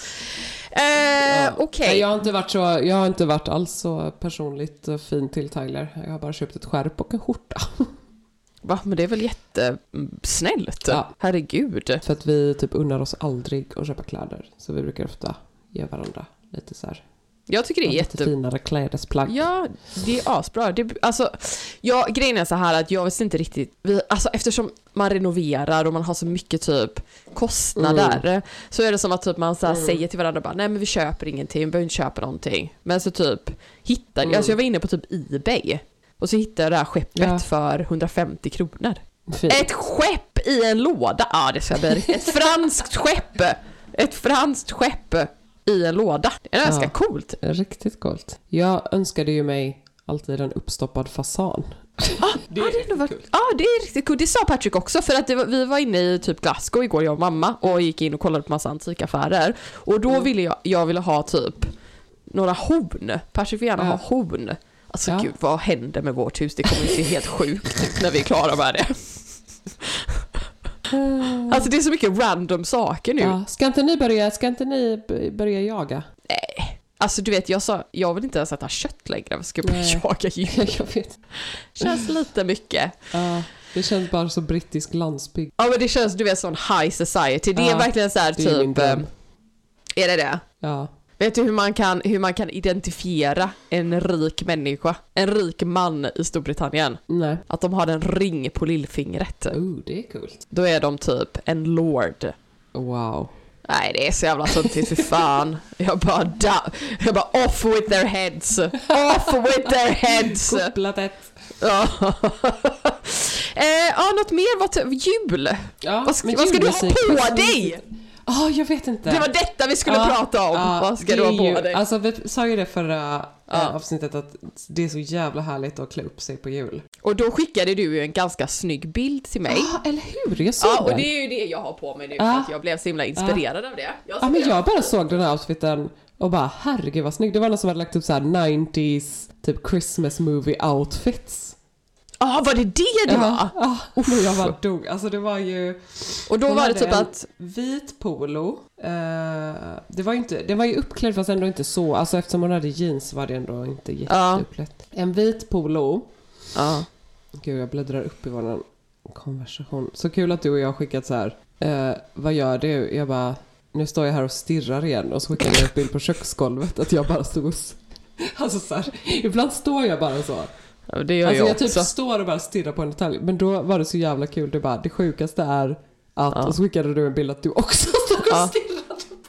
[SPEAKER 5] Ja.
[SPEAKER 6] Okej.
[SPEAKER 5] Nej, Jag har inte varit så, jag har inte varit alls så personligt och fin till Tyler. Jag har bara köpt ett skärp och en skjorta.
[SPEAKER 6] Va, men det är väl jättesnällt.
[SPEAKER 5] Ja.
[SPEAKER 6] Herregud.
[SPEAKER 5] För att vi typ unnar oss aldrig att köpa kläder. Så vi brukar ofta ge varandra lite så här.
[SPEAKER 6] Jag tycker det är
[SPEAKER 5] lite
[SPEAKER 6] jätte...
[SPEAKER 5] finare klädesplagg.
[SPEAKER 6] Ja, det är asbra. Det, alltså, ja, grejen är så här att jag visste inte riktigt... Vi, alltså, eftersom man renoverar och man har så mycket typ kostnader
[SPEAKER 5] Mm.
[SPEAKER 6] så är det som att typ man så här
[SPEAKER 5] Mm.
[SPEAKER 6] säger till varandra bara, nej men vi köper ingenting, vi behöver inte köpa någonting. Men så typ hittar...
[SPEAKER 5] Mm.
[SPEAKER 6] Alltså jag var inne på typ eBay och så hittade jag det här skeppet
[SPEAKER 5] Ja.
[SPEAKER 6] för hundrafemtio kronor.
[SPEAKER 5] Fint.
[SPEAKER 6] Ett skepp i en låda. Ja, det ska bli riktigt. Ett franskt skepp. Ett franskt skepp i en låda. Det är ganska
[SPEAKER 5] Ja.
[SPEAKER 6] coolt.
[SPEAKER 5] Riktigt coolt. Jag önskade ju mig alltid en uppstoppad fasan.
[SPEAKER 6] Ah, det, är det, var, ah, det är riktigt coolt. Det sa Patrick också för att det var, vi var inne i typ Glasgow igår, jag och mamma, och gick in och kollade på massa antikaffärer. Och då
[SPEAKER 5] Mm.
[SPEAKER 6] ville jag, jag ville ha typ några horn. Patrick vill gärna
[SPEAKER 5] Ja.
[SPEAKER 6] ha horn. Alltså
[SPEAKER 5] Ja.
[SPEAKER 6] gud, vad händer med vårt hus? Det kommer ju se helt sjukt ut när vi är klara med det. Alltså det är så mycket random saker nu.
[SPEAKER 5] Ja. Ska inte ni börja, ska inte ni b- börja jaga?
[SPEAKER 6] Nej. Alltså du vet, jag sa, jag vill inte ens äta kött längre. Jag ska börja
[SPEAKER 5] Nej.
[SPEAKER 6] jaga djur.
[SPEAKER 5] Jag vet.
[SPEAKER 6] Känns lite mycket.
[SPEAKER 5] Ja, det känns bara så brittisk landsbygd.
[SPEAKER 6] Ja men det känns, du vet, sån high society. Det är
[SPEAKER 5] Ja,
[SPEAKER 6] verkligen så här
[SPEAKER 5] det är min
[SPEAKER 6] typ...
[SPEAKER 5] dröm.
[SPEAKER 6] Är det det?
[SPEAKER 5] Ja.
[SPEAKER 6] Vet du hur man kan, hur man kan identifiera en rik människa? En rik man i Storbritannien?
[SPEAKER 5] Nej.
[SPEAKER 6] Att de har en ring på lillfingret.
[SPEAKER 5] Oh, det är coolt.
[SPEAKER 6] Då är de typ en lord.
[SPEAKER 5] Wow.
[SPEAKER 6] Nej, det är så jävla tuntigt, för fan. Jag bara, da- jag bara off with their heads. Off with their heads.
[SPEAKER 5] Kopplat ett.
[SPEAKER 6] Ja. eh, ja, något mer var till jul.
[SPEAKER 5] Ja,
[SPEAKER 6] Vad ska,
[SPEAKER 5] men
[SPEAKER 6] vad ska du ha
[SPEAKER 5] julmusik,
[SPEAKER 6] på
[SPEAKER 5] Christmas
[SPEAKER 6] dig?
[SPEAKER 5] musik. Ja, jag vet inte.
[SPEAKER 6] Det var detta vi skulle
[SPEAKER 5] Ja,
[SPEAKER 6] prata om.
[SPEAKER 5] ja,
[SPEAKER 6] Vad ska
[SPEAKER 5] det
[SPEAKER 6] du ha
[SPEAKER 5] är
[SPEAKER 6] på
[SPEAKER 5] ju,
[SPEAKER 6] dig?
[SPEAKER 5] Alltså vi sa ju det förra
[SPEAKER 6] Ja.
[SPEAKER 5] äh, avsnittet att det är så jävla härligt att klä upp sig på jul.
[SPEAKER 6] Och då skickade du ju en ganska snygg bild till mig.
[SPEAKER 5] Ja, eller hur? Jag såg
[SPEAKER 6] Ja, och
[SPEAKER 5] den.
[SPEAKER 6] det är ju det jag har på mig nu.
[SPEAKER 5] Ja.
[SPEAKER 6] För att jag blev så himla inspirerad av det. Jag
[SPEAKER 5] Ja, men jag bara såg den här outfiten och bara, herregud vad snygg. Det var någon som hade lagt upp så här nittiotalet typ Christmas movie outfits.
[SPEAKER 6] Ja, var det det det var?
[SPEAKER 5] Ja, ja, men jag bara dog. Alltså det var ju...
[SPEAKER 6] Och då
[SPEAKER 5] Hon
[SPEAKER 6] var det
[SPEAKER 5] hade
[SPEAKER 6] typ
[SPEAKER 5] en
[SPEAKER 6] att...
[SPEAKER 5] vit polo. Eh, det var ju inte, det var ju uppklädd fast ändå inte så. Alltså eftersom hon hade jeans var det ändå inte jätteuppklätt. En vit polo.
[SPEAKER 6] Ja.
[SPEAKER 5] Gud, jag bläddrar upp i vår konversation. Så kul att du och jag har skickat så här. Eh, vad gör du? Jag bara, nu står jag här och stirrar igen. Och så skickade jag en bild på köksgolvet att jag bara stod och... Alltså så här, ibland står jag bara så.
[SPEAKER 6] Ja, det gör
[SPEAKER 5] Alltså
[SPEAKER 6] jag
[SPEAKER 5] jag typ
[SPEAKER 6] också.
[SPEAKER 5] står och bara stirrar på en detalj. Men då var det så jävla kul. Det bara, det sjukaste är att...
[SPEAKER 6] Ja.
[SPEAKER 5] Och så skickade du en bild att du också stod och
[SPEAKER 6] Ja.
[SPEAKER 5] stirrade på ett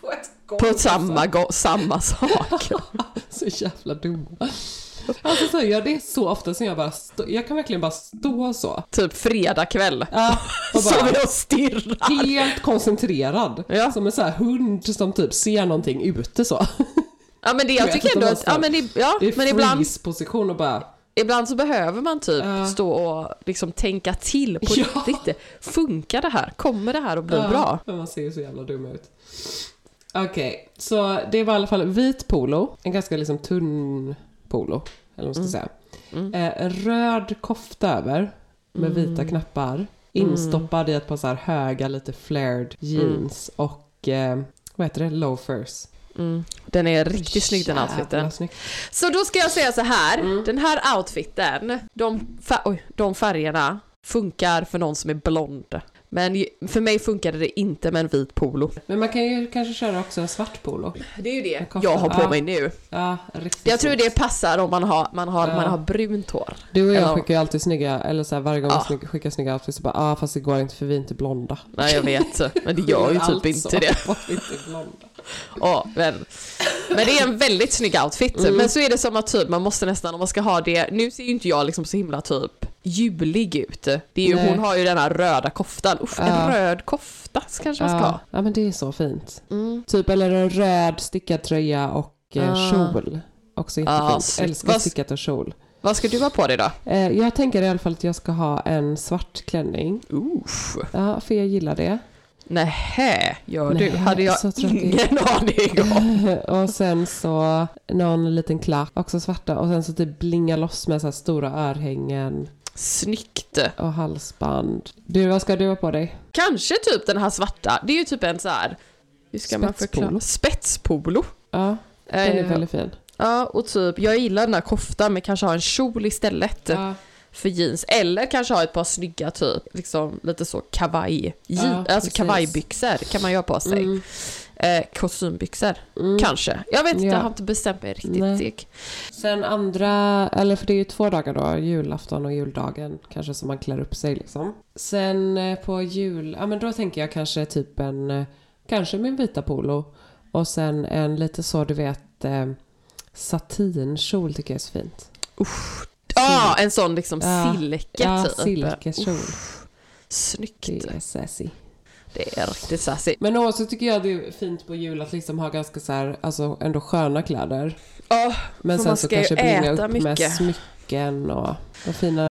[SPEAKER 6] på samma, go- samma sak.
[SPEAKER 5] Så jävla dum. Alltså så gör det så ofta som jag bara stå, jag kan verkligen bara stå så.
[SPEAKER 6] Typ fredag kväll.
[SPEAKER 5] Ja, och
[SPEAKER 6] Så
[SPEAKER 5] bara
[SPEAKER 6] jag stirrar.
[SPEAKER 5] helt koncentrerad.
[SPEAKER 6] Ja.
[SPEAKER 5] Som en så här hund som typ ser någonting ute så.
[SPEAKER 6] Ja men det jag
[SPEAKER 5] Du vet,
[SPEAKER 6] tycker ändå
[SPEAKER 5] att
[SPEAKER 6] att
[SPEAKER 5] de
[SPEAKER 6] ja men det, ja
[SPEAKER 5] I
[SPEAKER 6] men ibland
[SPEAKER 5] freeze-position och bara
[SPEAKER 6] ibland så behöver man typ
[SPEAKER 5] Ja.
[SPEAKER 6] stå och liksom tänka till på
[SPEAKER 5] Ja.
[SPEAKER 6] riktigt. Funkar det här? Kommer det här att bli
[SPEAKER 5] ja,
[SPEAKER 6] bra?
[SPEAKER 5] men man ser ju så jävla dum ut. Okej, okay, så det var i alla fall vit polo, en ganska liksom tunn polo eller vad man ska
[SPEAKER 6] Mm.
[SPEAKER 5] säga. Mm. Eh, röd kofta över med
[SPEAKER 6] Mm.
[SPEAKER 5] vita knappar, instoppad mm. i ett par så här höga lite flared jeans mm. och eh, vad heter det? Loafers.
[SPEAKER 6] Mm. Den är riktigt snygg den outfiten.
[SPEAKER 5] Snygg.
[SPEAKER 6] Så då ska jag säga så här,
[SPEAKER 5] Mm.
[SPEAKER 6] den här outfiten, de, fär- oj, de färgerna funkar för någon som är blond. Men ju- för mig funkade det inte med en vit polo.
[SPEAKER 5] Men man kan ju kanske köra också en svart polo.
[SPEAKER 6] Det är ju det
[SPEAKER 5] kofta.
[SPEAKER 6] jag har på
[SPEAKER 5] Ja.
[SPEAKER 6] mig nu.
[SPEAKER 5] Ja, riktigt.
[SPEAKER 6] Jag tror
[SPEAKER 5] snyggt.
[SPEAKER 6] det passar om man har, man har,
[SPEAKER 5] Ja.
[SPEAKER 6] man har brunt hår.
[SPEAKER 5] Du och jag
[SPEAKER 6] Eller-
[SPEAKER 5] skickar ju alltid snygga, eller så här, varje gång
[SPEAKER 6] Ja.
[SPEAKER 5] vi skickar snygga outfits så bara, ah fast det går inte för vi är inte blonda.
[SPEAKER 6] Nej jag vet, men det gör ju typ
[SPEAKER 5] Alltså,
[SPEAKER 6] inte det.
[SPEAKER 5] för vi är inte blonda.
[SPEAKER 6] Ja, men, men det är en väldigt snygg outfit.
[SPEAKER 5] Mm.
[SPEAKER 6] Men så är det som att typ, man måste nästan, om man ska ha det. Nu ser ju inte jag liksom så himla typ julig ut. Det är ju,
[SPEAKER 5] Nej.
[SPEAKER 6] hon har ju den här röda koftan. Uff,
[SPEAKER 5] Ja.
[SPEAKER 6] en röd kofta kanske man ska
[SPEAKER 5] Ja,
[SPEAKER 6] ha.
[SPEAKER 5] ja men det är så fint.
[SPEAKER 6] Mm.
[SPEAKER 5] Typ eller en röd stickad tröja och eh,
[SPEAKER 6] Ja.
[SPEAKER 5] kjol. Också
[SPEAKER 6] Ja,
[SPEAKER 5] jättefint.
[SPEAKER 6] snyggt.
[SPEAKER 5] Älskar
[SPEAKER 6] Vad-
[SPEAKER 5] stickat och kjol.
[SPEAKER 6] Vad ska du ha på dig då?
[SPEAKER 5] Eh, jag tänker i alla fall att jag ska ha en svart klänning.
[SPEAKER 6] Uff.
[SPEAKER 5] Ja, för jag gillar det.
[SPEAKER 6] Nähä, gör
[SPEAKER 5] Nej,
[SPEAKER 6] du? Hade jag
[SPEAKER 5] så tråkigt.
[SPEAKER 6] ingen aning om.
[SPEAKER 5] Och sen så någon liten klack, också svarta. Och sen så typ blinga loss med så här stora örhängen
[SPEAKER 6] Snyggt.
[SPEAKER 5] och halsband. Du, vad ska du ha på dig?
[SPEAKER 6] Kanske typ den här svarta. Det är ju typ en så här, hur ska man förklara?
[SPEAKER 5] Spetspolo.
[SPEAKER 6] Spetspolo.
[SPEAKER 5] Ja, den är
[SPEAKER 6] Eh,
[SPEAKER 5] väldigt fin.
[SPEAKER 6] Ja, och typ, jag gillar den här koftan men kanske ha en kjol istället
[SPEAKER 5] Ja.
[SPEAKER 6] för jeans. Eller kanske ha ett par snygga typ, liksom lite så kavaj,
[SPEAKER 5] Ja,
[SPEAKER 6] alltså
[SPEAKER 5] precis.
[SPEAKER 6] kavajbyxor kan man göra på sig.
[SPEAKER 5] Mm.
[SPEAKER 6] Eh, kostymbyxor,
[SPEAKER 5] Mm.
[SPEAKER 6] kanske. Jag vet inte,
[SPEAKER 5] Ja.
[SPEAKER 6] jag har inte bestämt mig riktigt.
[SPEAKER 5] Nej. Sen andra, eller för det är ju två dagar då, julafton och juldagen kanske som man klär upp sig liksom. Sen eh, på jul, ja men då tänker jag kanske typ en, eh, kanske min vita polo och sen en lite så du vet eh, satinkjol tycker jag är så fint.
[SPEAKER 6] Ja, ah, en sån liksom
[SPEAKER 5] Ja.
[SPEAKER 6] silke
[SPEAKER 5] Ja,
[SPEAKER 6] typ.
[SPEAKER 5] silkeskjol.
[SPEAKER 6] Snyggt.
[SPEAKER 5] Det är sassy.
[SPEAKER 6] Det är riktigt sassy.
[SPEAKER 5] Men också tycker jag det är fint på jul att liksom ha ganska så här, alltså ändå sköna kläder.
[SPEAKER 6] Oh,
[SPEAKER 5] Men
[SPEAKER 6] för
[SPEAKER 5] sen
[SPEAKER 6] man
[SPEAKER 5] så
[SPEAKER 6] ska ju
[SPEAKER 5] kanske blinga
[SPEAKER 6] äta
[SPEAKER 5] upp med
[SPEAKER 6] mycket.
[SPEAKER 5] smycken och, och fina.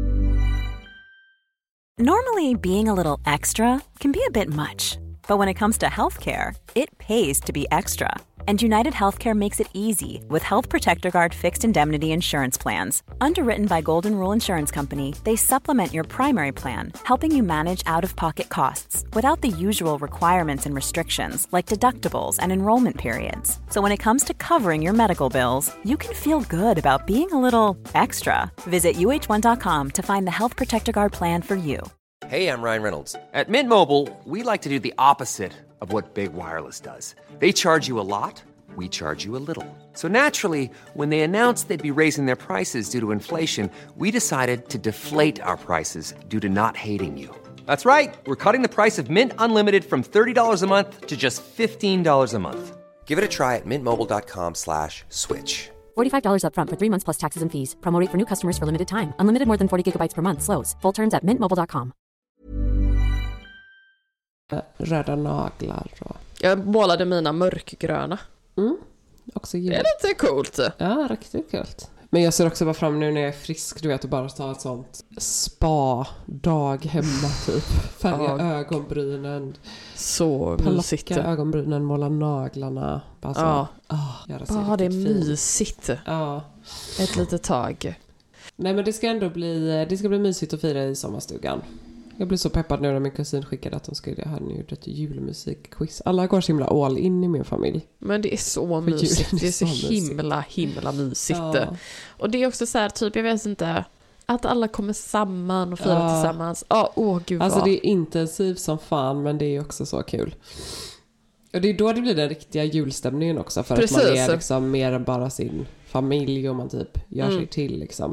[SPEAKER 1] Normally, being a little extra can be a bit much, but when it comes to healthcare, it pays to be extra. And United Healthcare makes it easy with Health Protector Guard fixed indemnity insurance plans. Underwritten by Golden Rule Insurance Company, they supplement your primary plan, helping you manage out-of-pocket costs without the usual requirements and restrictions like deductibles and enrollment periods. So when it comes to covering your medical bills, you can feel good about being a little extra. Visit U H one dot com to find the Health Protector Guard plan for you.
[SPEAKER 2] Hey, I'm Ryan Reynolds. At Mint Mobile, we like to do the opposite of what Big Wireless does. They charge you a lot, we charge you a little. So naturally, when they announced they'd be raising their prices due to inflation, we decided to deflate our prices due to not hating you. That's right. We're cutting the price of Mint Unlimited from thirty dollars a month to just fifteen dollars a month. Give it a try at mintmobile.com slash switch.
[SPEAKER 4] forty-five dollars up front for three months plus taxes and fees. Promo rate for new customers for limited time. Unlimited more than forty gigabytes per month. Slows full terms at mint mobile dot com.
[SPEAKER 5] Röda naglar och...
[SPEAKER 6] Jag målade mina mörkgröna.
[SPEAKER 5] Mm, också
[SPEAKER 6] Det
[SPEAKER 5] jul.
[SPEAKER 6] är lite coolt.
[SPEAKER 5] Ja, riktigt kul. Men jag ser också bara fram nu när jag är frisk, du vet, och bara ta ett sånt spa-dag hemma typ. Färga
[SPEAKER 6] Ja.
[SPEAKER 5] ögonbrynen,
[SPEAKER 6] Så mysigt.
[SPEAKER 5] plocka ögonbrynen, måla naglarna. Bara så.
[SPEAKER 6] Ja.
[SPEAKER 5] Ah, göra sig
[SPEAKER 6] Ja, det är
[SPEAKER 5] riktigt fin.
[SPEAKER 6] mysigt.
[SPEAKER 5] Ja.
[SPEAKER 6] Ett litet tag.
[SPEAKER 5] Nej, men det ska ändå bli, det ska bli mysigt att fira i sommarstugan. Jag blir så peppad nu när min kusin skickade att de skulle ha gjort ett julmusikquiz. Alla går så himla all in i min familj.
[SPEAKER 6] Men det är så
[SPEAKER 5] För
[SPEAKER 6] mysigt.
[SPEAKER 5] julen är
[SPEAKER 6] Det är så
[SPEAKER 5] så mysigt.
[SPEAKER 6] himla, himla mysigt.
[SPEAKER 5] Ja.
[SPEAKER 6] Och det är också så här, typ, jag vet inte, att alla kommer samman och firar
[SPEAKER 5] Ja.
[SPEAKER 6] tillsammans. Ja, åh gud
[SPEAKER 5] Alltså
[SPEAKER 6] vad.
[SPEAKER 5] det är intensivt som fan, men det är också så kul. Och det är då det blir den riktiga julstämningen också. För
[SPEAKER 6] Precis.
[SPEAKER 5] att man är liksom mer än bara sin familj och man typ gör
[SPEAKER 6] Mm.
[SPEAKER 5] sig till liksom.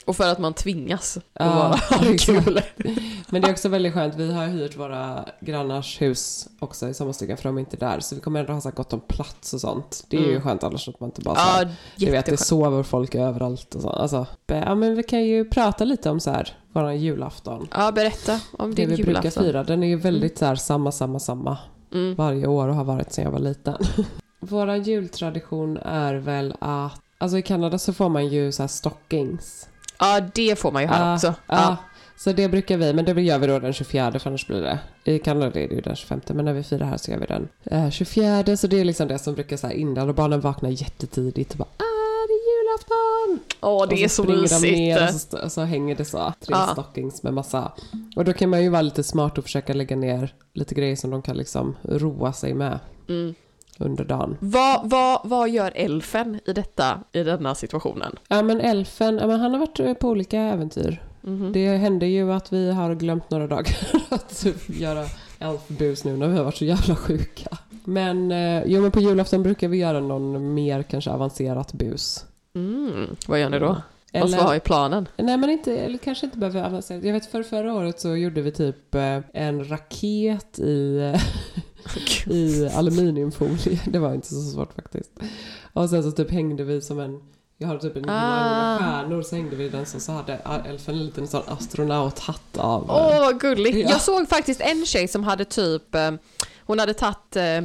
[SPEAKER 6] Och för att man tvingas
[SPEAKER 5] Ja,
[SPEAKER 6] att vara kul.
[SPEAKER 5] Men det är också väldigt skönt. Vi har hyrt våra grannars hus också i sommarstugan, för de är inte där. Så vi kommer ändå ha så gott om plats och sånt. Det är mm. ju skönt annars att man inte bara så här, ja, du vet, det sover folk överallt och så. Alltså, ja, men vi kan ju prata lite om så här våran julafton.
[SPEAKER 6] Ja, berätta om
[SPEAKER 5] det
[SPEAKER 6] din
[SPEAKER 5] vi
[SPEAKER 6] julafton.
[SPEAKER 5] brukar fira. Den är ju väldigt mm. så här samma, samma, samma mm. varje år och har varit sedan jag var liten. Våran jultradition är väl att, alltså i Kanada så får man ju så här stockings.
[SPEAKER 6] Ja, det får man ju här
[SPEAKER 5] uh,
[SPEAKER 6] också.
[SPEAKER 5] Uh,
[SPEAKER 6] ja.
[SPEAKER 5] Så det brukar vi, men det gör vi då den tjugofjärde, för annars blir det. I Kanada är det ju den tjugofemte, men när vi firar här så gör vi den uh, tjugofjärde. Så det är liksom det som brukar så här innan, och barnen vaknar jättetidigt och bara, ah, det är julafton!
[SPEAKER 6] Åh, det är så mysigt.
[SPEAKER 5] De ner, och, så, och så hänger det så tre ja. stockings med massa. Och då kan man ju vara lite smart och försöka lägga ner lite grejer som de kan liksom roa sig med. Mm. Under dagen.
[SPEAKER 6] Vad, vad, vad gör elfen i detta, i denna situationen?
[SPEAKER 5] Ja, men elfen, ja, men han har varit på olika äventyr. Mm-hmm. Det hände ju att vi har glömt några dagar att göra elfbus nu när vi har varit så jävla sjuka. Men, eh, jo, men på julafton brukar vi göra någon mer kanske avancerat bus.
[SPEAKER 6] Mm. Vad gör ni då? Eller, vad är planen?
[SPEAKER 5] Nej, men inte, eller kanske inte behöver avancera. Jag vet, för förra året så gjorde vi typ eh, en raket i... i aluminiumfolie. Det var inte så svårt faktiskt. Och sen så typ hängde vi som en, jag hade typ en ah. stjärnor, så hängde vi i den, så, så hade elfen en liten sån astronauthatt av.
[SPEAKER 6] Åh, oh, vad gulligt. Ja. Jag såg faktiskt en tjej som hade typ, hon hade tagit eh,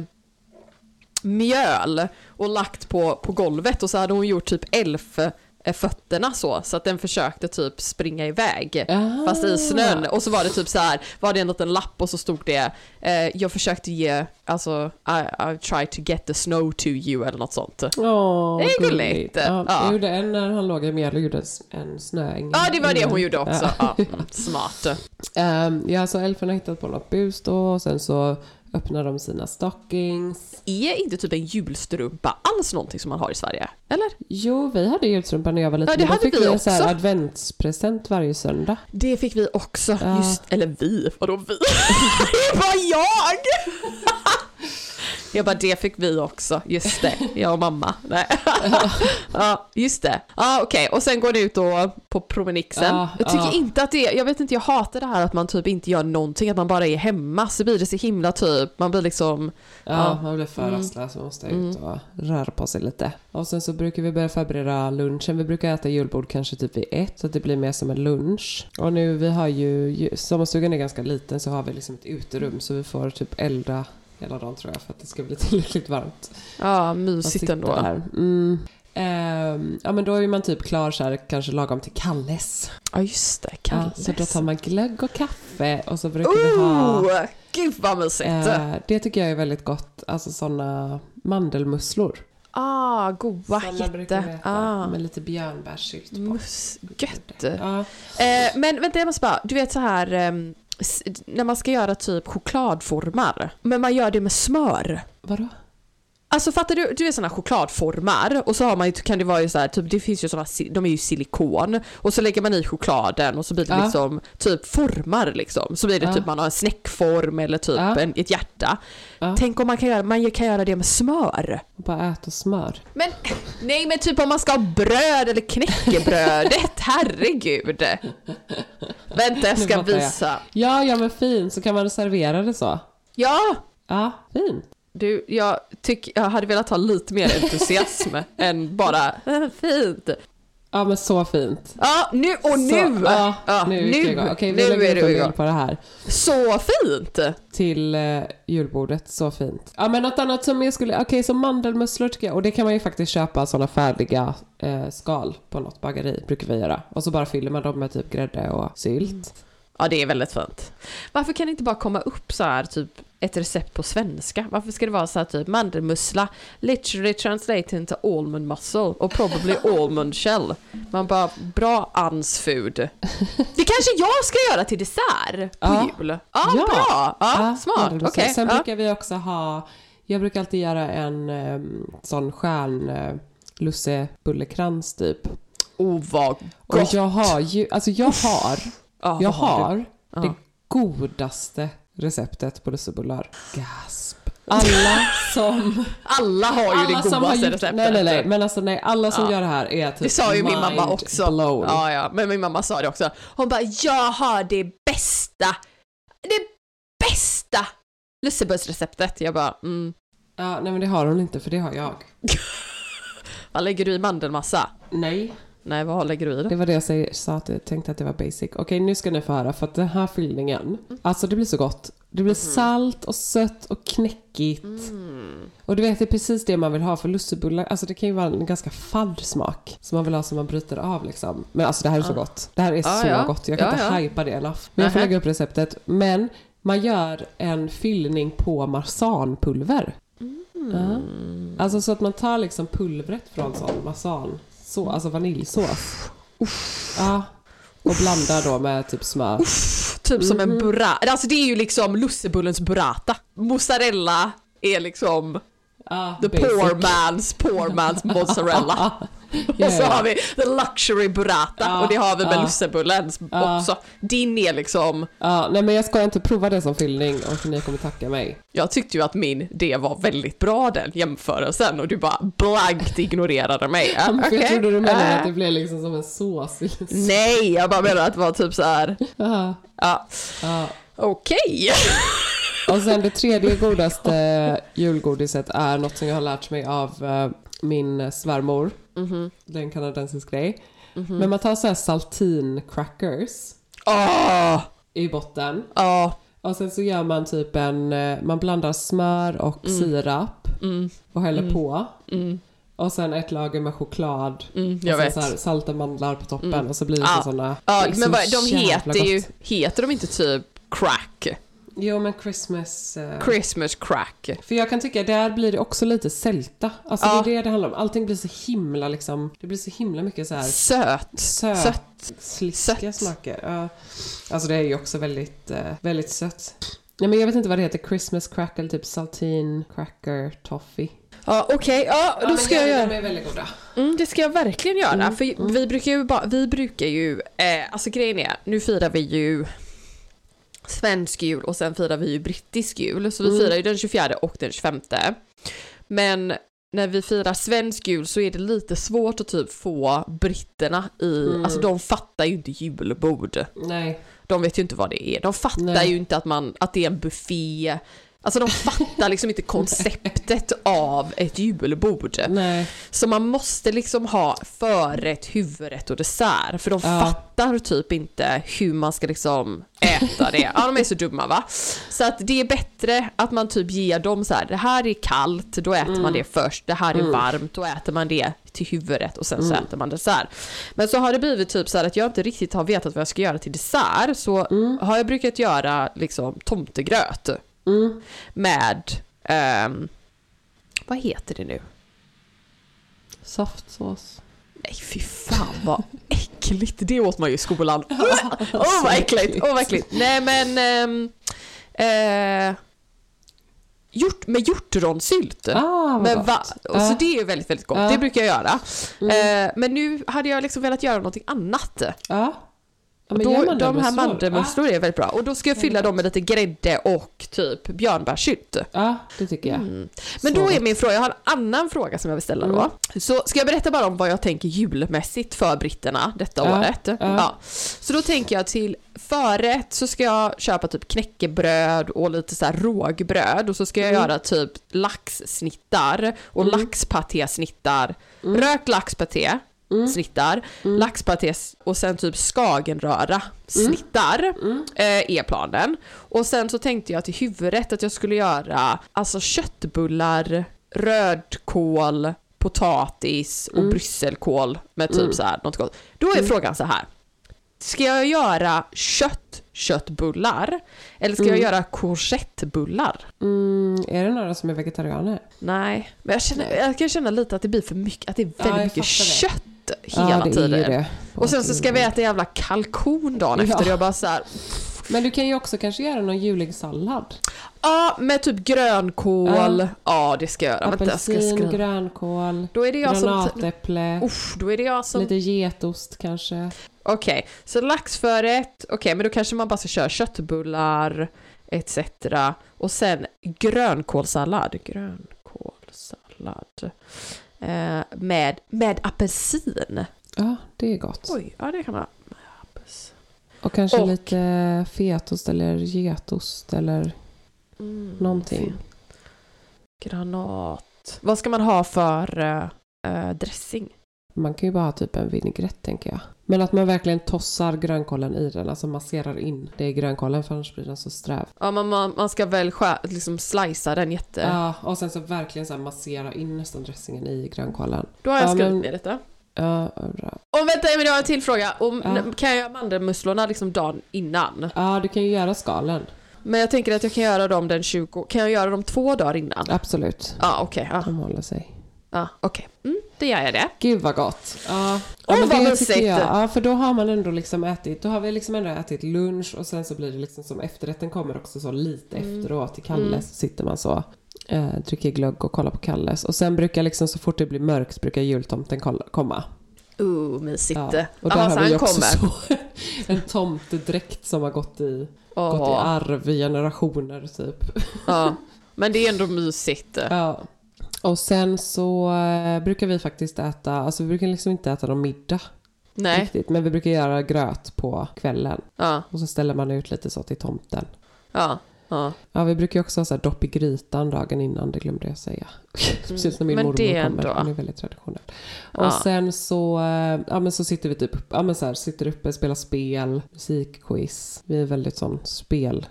[SPEAKER 6] mjöl och lagt på, på golvet, och så hade hon gjort typ elf fötterna så, så att den försökte typ springa iväg ah. fast i snön, och så var det typ så här, var det en liten lapp och så stod det eh, jag försökte ge, alltså I, I tried to get the snow to you eller något sånt.
[SPEAKER 5] Oh,
[SPEAKER 6] det är gulligt.
[SPEAKER 5] Ja, ja. Jag gjorde en när han låg i mjöl och gjorde en snöäng.
[SPEAKER 6] Ja, det var det hon gjorde också. Ja. Ja, smart.
[SPEAKER 5] Um, ja, så elfen har hittat på något bus då, och sen så öppnar de sina stockings.
[SPEAKER 6] Är inte typ en julstrumpa alls någonting som man har i Sverige? Eller?
[SPEAKER 5] Jo, vi hade julstrumpa när jag var liten.
[SPEAKER 6] Ja, det hade
[SPEAKER 5] fick
[SPEAKER 6] vi
[SPEAKER 5] en
[SPEAKER 6] också.
[SPEAKER 5] Så här adventspresent varje söndag.
[SPEAKER 6] Det fick vi också.
[SPEAKER 5] Ja.
[SPEAKER 6] Just, eller vi. Vadå vi? Det var jag! Jag bara, det fick vi också. Just det, jag och mamma. Nej. Ja, just det. Ja, okej. Okay. Och sen går det ut då på promenixen.
[SPEAKER 5] Ja,
[SPEAKER 6] jag tycker
[SPEAKER 5] ja.
[SPEAKER 6] inte att det, jag vet inte, jag hatar det här att man typ inte gör någonting, att man bara är hemma. Så blir det så himla typ, man blir liksom...
[SPEAKER 5] Ja, ja. man blir för rastlös, man måste ut och röra på sig lite. Och sen så brukar vi börja förbereda lunchen. Vi brukar äta julbord kanske typ vid ett, så att det blir mer som en lunch. Och nu, vi har ju, sommarstugan är ganska liten, så har vi liksom ett uterum, så vi får typ elda hela dagen tror jag, för att det ska bli tillräckligt varmt.
[SPEAKER 6] Ja, mysigt ändå.
[SPEAKER 5] Mm. Um, ja, men då är man typ klar så här, kanske lagom till Kalles.
[SPEAKER 6] Ja, just det, Kalles.
[SPEAKER 5] Ja, så då tar man glögg och kaffe, och så brukar
[SPEAKER 6] oh,
[SPEAKER 5] vi ha...
[SPEAKER 6] Gud vad mysigt.
[SPEAKER 5] Uh, det tycker jag är väldigt gott. Alltså såna mandelmusslor.
[SPEAKER 6] Ah, goda,
[SPEAKER 5] jätte.
[SPEAKER 6] Ah.
[SPEAKER 5] Med lite björnbärssylt på.
[SPEAKER 6] Mus, gött.
[SPEAKER 5] Ja.
[SPEAKER 6] Uh, men vänta, jag måste bara, du vet så här... Um, när man ska göra typ chokladformar, men man gör det med smör.
[SPEAKER 5] Vadå?
[SPEAKER 6] Alltså fattar du, du är såna chokladformar, och så har man ju, kan det vara ju så här, typ det finns ju såna, de är ju silikon, och så lägger man i chokladen och så blir det ja. liksom typ formar liksom. Så blir det ja. typ man har en snäckform eller typ ja. en, ett hjärta. Ja. Tänk om man kan göra, man kan göra det med smör.
[SPEAKER 5] Bara äta smör.
[SPEAKER 6] Men nej, men typ om man ska ha bröd eller knäckebrödet, herregud. Vänta, jag ska visa.
[SPEAKER 5] Jag. Ja, ja men fint, så kan man servera det så.
[SPEAKER 6] Ja.
[SPEAKER 5] Ja, fint.
[SPEAKER 6] Du, jag tycker jag hade velat ha lite mer entusiasm än bara äh, fint.
[SPEAKER 5] Ja, men så fint.
[SPEAKER 6] Ja, nu och nu.
[SPEAKER 5] Så, ja,
[SPEAKER 6] ja,
[SPEAKER 5] nu,
[SPEAKER 6] nu,
[SPEAKER 5] Okej, vi
[SPEAKER 6] nu
[SPEAKER 5] lägger upp en bild på det här.
[SPEAKER 6] Så fint.
[SPEAKER 5] Till eh, julbordet, så fint. Ja, men något annat som jag skulle... Okej, okay, så mandelmusslor tycker jag. Och det kan man ju faktiskt köpa sådana färdiga eh, skal på något bageri, brukar vi göra. Och så bara fyller man dem med typ grädde och sylt. Mm.
[SPEAKER 6] Ja, det är väldigt fint. Varför kan det inte bara komma upp så här typ ett recept på svenska? Varför ska det vara så här typ mandelmussla, literally translate into almond muscle och probably almond shell? Man bara, bra ansfood. Det kanske jag ska göra till dessert på
[SPEAKER 5] ja.
[SPEAKER 6] jul. Ja, ja. Bra. Ja, ja, smart. Okej. Okay.
[SPEAKER 5] Sen
[SPEAKER 6] ja.
[SPEAKER 5] brukar vi också ha, jag brukar alltid göra en um, sån stjärn uh, lussebullekrans typ.
[SPEAKER 6] Oh, vad gott.
[SPEAKER 5] Och jag har ju, alltså jag har
[SPEAKER 6] Ja,
[SPEAKER 5] jag har
[SPEAKER 6] ja.
[SPEAKER 5] det godaste receptet på lussebullar. Gasp. alla som...
[SPEAKER 6] Alla har ju
[SPEAKER 5] alla
[SPEAKER 6] det
[SPEAKER 5] som har
[SPEAKER 6] godaste
[SPEAKER 5] gjort,
[SPEAKER 6] receptet.
[SPEAKER 5] nej, nej, nej. Men alltså nej, alla som
[SPEAKER 6] Ja.
[SPEAKER 5] gör det här är typ
[SPEAKER 6] Det sa ju min mamma
[SPEAKER 5] mind
[SPEAKER 6] också.
[SPEAKER 5] blown.
[SPEAKER 6] Ja, ja. Men min mamma sa det också. Hon bara, jag har det bästa. Det bästa lussebullsreceptet. Jag bara, mm.
[SPEAKER 5] Ja, nej men det har hon inte, för det har jag.
[SPEAKER 6] Vad lägger du i mandelmassa?
[SPEAKER 5] Nej.
[SPEAKER 6] Nej, vad lägger du i det?
[SPEAKER 5] Det var det jag säg- sa att jag tänkte att det var basic. Okej, nu ska ni få höra, för att den här fyllningen, alltså det blir så gott. Det blir salt och sött och knäckigt.
[SPEAKER 6] Mm.
[SPEAKER 5] Och du vet, det är precis det man vill ha för lussebullar. Alltså det kan ju vara en ganska fadd smak som man vill ha, som man bryter av liksom. Men alltså det här är så gott. Det här är
[SPEAKER 6] Ja,
[SPEAKER 5] så
[SPEAKER 6] ja.
[SPEAKER 5] gott. Jag kan
[SPEAKER 6] Ja,
[SPEAKER 5] inte
[SPEAKER 6] ja.
[SPEAKER 5] hypa det enough. Men jag får
[SPEAKER 6] Nähä.
[SPEAKER 5] lägga upp receptet. Men man gör en fyllning på marsanpulver. Ja. Alltså så att man tar liksom pulvret från sån marsan. Så, alltså vaniljsås. Ja. Och blandar då med typ smör.
[SPEAKER 6] Typ som
[SPEAKER 5] Mhm.
[SPEAKER 6] en burrata. Alltså det är ju liksom lussebullens burrata. Mozzarella är liksom
[SPEAKER 5] Ja,
[SPEAKER 6] the
[SPEAKER 5] basic.
[SPEAKER 6] poor man's poor man's mozzarella.
[SPEAKER 5] Ja,
[SPEAKER 6] Och så
[SPEAKER 5] ja.
[SPEAKER 6] har vi the luxury burrata.
[SPEAKER 5] Ja,
[SPEAKER 6] och det har vi med
[SPEAKER 5] ja.
[SPEAKER 6] lussebullens
[SPEAKER 5] Ja.
[SPEAKER 6] också. Din är liksom...
[SPEAKER 5] Ja, nej men jag ska inte prova det som fyllning och ni kommer tacka mig.
[SPEAKER 6] Jag tyckte ju att min det var väldigt bra, den jämförelsen. Och du bara blankt ignorerade mig. Ja,
[SPEAKER 5] För jag
[SPEAKER 6] okej.
[SPEAKER 5] trodde du menade
[SPEAKER 6] Äh.
[SPEAKER 5] att det blev liksom som en sås.
[SPEAKER 6] Nej, jag bara menar att det var typ så här.
[SPEAKER 5] Ja.
[SPEAKER 6] Ja,
[SPEAKER 5] Ja.
[SPEAKER 6] okej.
[SPEAKER 5] Och sen det tredje godaste julgodiset är något som jag har lärt mig av eh, min svärmor.
[SPEAKER 6] Mhm.
[SPEAKER 5] Det är en kanadensisk grej. Men man tar så här saltine crackers
[SPEAKER 6] Åh,
[SPEAKER 5] i botten.
[SPEAKER 6] ja.
[SPEAKER 5] Och sen så gör man typ en, eh, man blandar smör och sirap
[SPEAKER 6] Mm.
[SPEAKER 5] och häller på.
[SPEAKER 6] Mm.
[SPEAKER 5] Och sen ett lager med choklad.
[SPEAKER 6] Mm,
[SPEAKER 5] och
[SPEAKER 6] jag
[SPEAKER 5] sen
[SPEAKER 6] vet.
[SPEAKER 5] så här salta mandlar på toppen.
[SPEAKER 6] Mm.
[SPEAKER 5] Och så blir det
[SPEAKER 6] Ja.
[SPEAKER 5] så såna.
[SPEAKER 6] Ja,
[SPEAKER 5] det är
[SPEAKER 6] men
[SPEAKER 5] så
[SPEAKER 6] vad, de
[SPEAKER 5] jävla
[SPEAKER 6] heter ju,
[SPEAKER 5] gott.
[SPEAKER 6] heter de inte typ crack?
[SPEAKER 5] Jo, men Christmas... eh,
[SPEAKER 6] Christmas crack.
[SPEAKER 5] För jag kan tycka, där blir det också lite sälta. Alltså
[SPEAKER 6] Ja.
[SPEAKER 5] det är det det handlar om. Allting blir så himla liksom... Det blir så himla mycket så här
[SPEAKER 6] Söt.
[SPEAKER 5] söt,
[SPEAKER 6] Sött.
[SPEAKER 5] sliskiga
[SPEAKER 6] Sött.
[SPEAKER 5] smaker. Ja. Alltså det är ju också väldigt, eh, väldigt sött. Nej, men jag vet inte vad det heter. Christmas crackle, typ saltine, cracker, toffee.
[SPEAKER 6] Ja, okej. Ja, då ska jag göra...
[SPEAKER 5] De är väldigt goda.
[SPEAKER 6] Mm, det ska jag verkligen göra.
[SPEAKER 5] Mm,
[SPEAKER 6] För
[SPEAKER 5] mm.
[SPEAKER 6] vi brukar ju bara, vi brukar ju, eh, alltså grejen är, nu firar vi ju svensk jul och sen firar vi ju brittisk jul. Så vi
[SPEAKER 5] Mm.
[SPEAKER 6] firar ju den tjugofjärde och den tjugofemte. Men när vi firar svensk jul så är det lite svårt att typ få britterna i,
[SPEAKER 5] Mm.
[SPEAKER 6] alltså de fattar ju inte julbord.
[SPEAKER 5] Nej.
[SPEAKER 6] De vet ju inte vad det är. De fattar
[SPEAKER 5] Nej.
[SPEAKER 6] ju inte att, man, att det är en buffé. Alltså de fattar liksom inte konceptet av ett julbord.
[SPEAKER 5] Nej.
[SPEAKER 6] Så man måste liksom ha förrätt, huvudrätt och dessert. För de
[SPEAKER 5] Ja.
[SPEAKER 6] fattar typ inte hur man ska liksom äta det. Ja, de är så dumma, va? Så att det är bättre att man typ ger dem så här: det här är kallt, då äter man det först. Det här är varmt, då äter man det till huvudrätt och sen så äter man dessert. Men så har det blivit typ så här att jag inte riktigt har vetat vad jag ska göra till dessert. Så har jag brukat göra liksom tomtegröt.
[SPEAKER 5] Mm.
[SPEAKER 6] Med ehm, vad heter det nu?
[SPEAKER 5] Softsås.
[SPEAKER 6] Nej, fy fan vad äckligt. Det åt man ju i skolan. Åh, oh, vad äckligt. Åh, oh, vad äckligt. Nej, men ähm, äh, hjort, med hjortronsylt.
[SPEAKER 5] Ah, vad
[SPEAKER 6] Men
[SPEAKER 5] gott.
[SPEAKER 6] va, och så
[SPEAKER 5] Ja.
[SPEAKER 6] det är ju väldigt, väldigt gott.
[SPEAKER 5] Ja.
[SPEAKER 6] Det brukar jag göra. Eh, men nu hade jag liksom velat göra någonting annat.
[SPEAKER 5] Ja. Ja,
[SPEAKER 6] Och
[SPEAKER 5] men
[SPEAKER 6] då,
[SPEAKER 5] gör
[SPEAKER 6] de
[SPEAKER 5] mandelmusslor?
[SPEAKER 6] här mandelmusslor är väldigt bra. Och då ska jag fylla dem med lite grädde och typ björnbärssylt.
[SPEAKER 5] Ja, det tycker jag.
[SPEAKER 6] Men
[SPEAKER 5] Så
[SPEAKER 6] då är
[SPEAKER 5] gott.
[SPEAKER 6] min fråga, jag har en annan fråga som jag vill ställa då. Så ska jag berätta bara om vad jag tänker julmässigt för britterna detta
[SPEAKER 5] Ja,
[SPEAKER 6] året.
[SPEAKER 5] ja.
[SPEAKER 6] Ja. Så då tänker jag till förrätt så ska jag köpa typ knäckebröd och lite så här rågbröd. Och så ska jag
[SPEAKER 5] Mm.
[SPEAKER 6] göra typ laxsnittar och laxpatésnittar. Rökt laxpaté. Snittar, laxpaté och sen typ skagenröra snittar eh, är planen. Och sen så tänkte jag till huvudrätt att jag skulle göra alltså köttbullar, rödkål, potatis och brysselkål med typ så här något gott. Då är frågan så här: ska jag göra kött köttbullar eller ska jag göra courgettebullar?
[SPEAKER 5] Mm, är det några som är vegetarianer?
[SPEAKER 6] Nej, men jag, känner, jag kan känna lite att det blir för mycket, att det är
[SPEAKER 5] Ja,
[SPEAKER 6] väldigt
[SPEAKER 5] jag
[SPEAKER 6] mycket
[SPEAKER 5] fattar det.
[SPEAKER 6] kött hela
[SPEAKER 5] Ja, det är ju
[SPEAKER 6] tiden.
[SPEAKER 5] det.
[SPEAKER 6] Och sen så ska vi äta jävla kalkon dagen
[SPEAKER 5] Ja.
[SPEAKER 6] efter. Jag bara så här,
[SPEAKER 5] Men du kan ju också kanske göra någon julig sallad.
[SPEAKER 6] ja, med typ grönkål. Ja,
[SPEAKER 5] Ja.
[SPEAKER 6] det ska jag göra. Vänta, jag ska
[SPEAKER 5] Apelsin,
[SPEAKER 6] skriva.
[SPEAKER 5] grönkål,
[SPEAKER 6] Då är det jag som...
[SPEAKER 5] granatäpple,
[SPEAKER 6] Uff, då är det jag som...
[SPEAKER 5] lite getost kanske.
[SPEAKER 6] Okej, så laxförrätt. Okej, men då kanske man bara ska köra köttbullar, et cetera. Och sen grönkålssallad. Grönkålssallad. Eh, med, med apelsin.
[SPEAKER 5] Ja, det är gott.
[SPEAKER 6] Oj, ja det kan man.
[SPEAKER 5] Och kanske
[SPEAKER 6] Och-
[SPEAKER 5] lite fetost eller getost eller
[SPEAKER 6] Mm,
[SPEAKER 5] någonting.
[SPEAKER 6] Granat. Vad ska man ha för uh, dressing?
[SPEAKER 5] Man kan ju bara ha typ en vinägrett tänker jag. Men att man verkligen tossar grönkålen i den. Alltså masserar in det i grönkålen för annars blir den så sträv.
[SPEAKER 6] Ja, man, man, man ska väl skär, liksom slicea den jätte...
[SPEAKER 5] Ja, och sen så verkligen så här massera in nästan dressingen i grönkålen.
[SPEAKER 6] Då har jag
[SPEAKER 5] Ja,
[SPEAKER 6] skrivit
[SPEAKER 5] men-
[SPEAKER 6] med detta.
[SPEAKER 5] Ja, bra.
[SPEAKER 6] Och vänta, men jag har en till fråga. Om,
[SPEAKER 5] Ja.
[SPEAKER 6] Kan jag göra mandelmusslorna liksom dagen innan?
[SPEAKER 5] Ja, du kan ju göra skalen.
[SPEAKER 6] Men jag tänker att jag kan göra dem den tjugo. Kan jag göra dem två dagar innan?
[SPEAKER 5] Absolut.
[SPEAKER 6] Ja, okej. ja,
[SPEAKER 5] De håller sig.
[SPEAKER 6] ja, okej. Mm, det gör jag det.
[SPEAKER 5] Gud vad gott. Ja,
[SPEAKER 6] Åh,
[SPEAKER 5] men
[SPEAKER 6] vad
[SPEAKER 5] det
[SPEAKER 6] mysigt.
[SPEAKER 5] tycker jag. Ja, för då har man ändå liksom ätit. Då har vi liksom ändå ätit lunch och sen så blir det liksom som efterrätten kommer också så lite
[SPEAKER 6] Mm.
[SPEAKER 5] efteråt till Kalles. Så sitter man så, eh, dricker glögg och kollar på Kalles. Och sen brukar liksom så fort det blir mörkt brukar jultomten kolla- komma.
[SPEAKER 6] Uh, mysigt.
[SPEAKER 5] Ja. Och där
[SPEAKER 6] Jaha, så
[SPEAKER 5] har vi
[SPEAKER 6] han
[SPEAKER 5] också
[SPEAKER 6] kommer.
[SPEAKER 5] så en tomtedräkt som har gått i,
[SPEAKER 6] Åh,
[SPEAKER 5] gått i arv i generationer typ.
[SPEAKER 6] ja. Men det är ändå mysigt.
[SPEAKER 5] Ja. Och sen så eh, brukar vi faktiskt äta, alltså vi brukar liksom inte äta någon middag
[SPEAKER 6] Nej.
[SPEAKER 5] riktigt, men vi brukar göra gröt på kvällen.
[SPEAKER 6] Ja,
[SPEAKER 5] Och så ställer man ut lite så till tomten.
[SPEAKER 6] ja, ja.
[SPEAKER 5] Ja, vi brukar ju också ha så här dopp i grytan dagen innan, det glömde jag säga. Precis när min
[SPEAKER 6] Men
[SPEAKER 5] mormor
[SPEAKER 6] det
[SPEAKER 5] kommer,
[SPEAKER 6] ändå.
[SPEAKER 5] hon är väldigt traditionell.
[SPEAKER 6] Ja.
[SPEAKER 5] Och sen så, eh, ja men så sitter vi typ, ja men så här, sitter uppe, spelar spel, musikquiz. Vi är väldigt sån spel,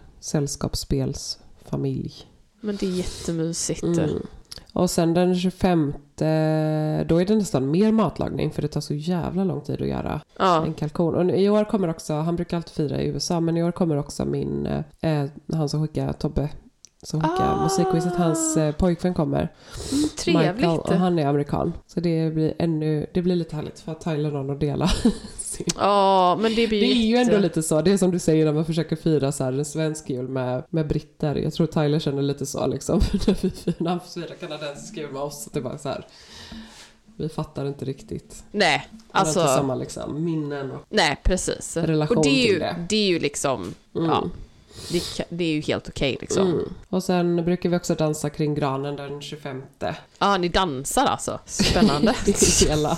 [SPEAKER 5] sällskapsspelsfamilj.
[SPEAKER 6] Men det är jättemysigt.
[SPEAKER 5] Mm. Och sen den tjugofemte, då är det nästan mer matlagning för det tar så jävla lång tid att göra
[SPEAKER 6] Ja.
[SPEAKER 5] en kalkon. Och i år kommer också, han brukar alltid fira i U S A, men i år kommer också min, eh, han som skickar Tobbe, som skickar
[SPEAKER 6] Ah.
[SPEAKER 5] musikquizet, hans eh, pojkvän kommer.
[SPEAKER 6] Mm, trevligt.
[SPEAKER 5] Michael, och han är amerikan. Så det blir ännu, det blir lite härligt för att Tyler någon att dela sin.
[SPEAKER 6] Ja, men det blir
[SPEAKER 5] Det är ju
[SPEAKER 6] jätte-
[SPEAKER 5] ändå lite så, det är som du säger när man försöker fira så här en svensk jul med, med britter. Jag tror Tyler känner lite så liksom, när vi när han firar kanadensisk jul med oss, att det bara så här, vi fattar inte riktigt.
[SPEAKER 6] Nej,
[SPEAKER 5] Alltså, inte
[SPEAKER 6] alltså...
[SPEAKER 5] samma liksom, minnen och...
[SPEAKER 6] Nej, precis.
[SPEAKER 5] relation
[SPEAKER 6] och det är ju,
[SPEAKER 5] till det.
[SPEAKER 6] det är ju liksom...
[SPEAKER 5] Mm.
[SPEAKER 6] Ja, det, ka- det är ju helt okej liksom.
[SPEAKER 5] Mm. Och sen brukar vi också dansa kring granen den tjugofemte.
[SPEAKER 6] Ja, ni dansar alltså. Spännande.
[SPEAKER 5] Det är hela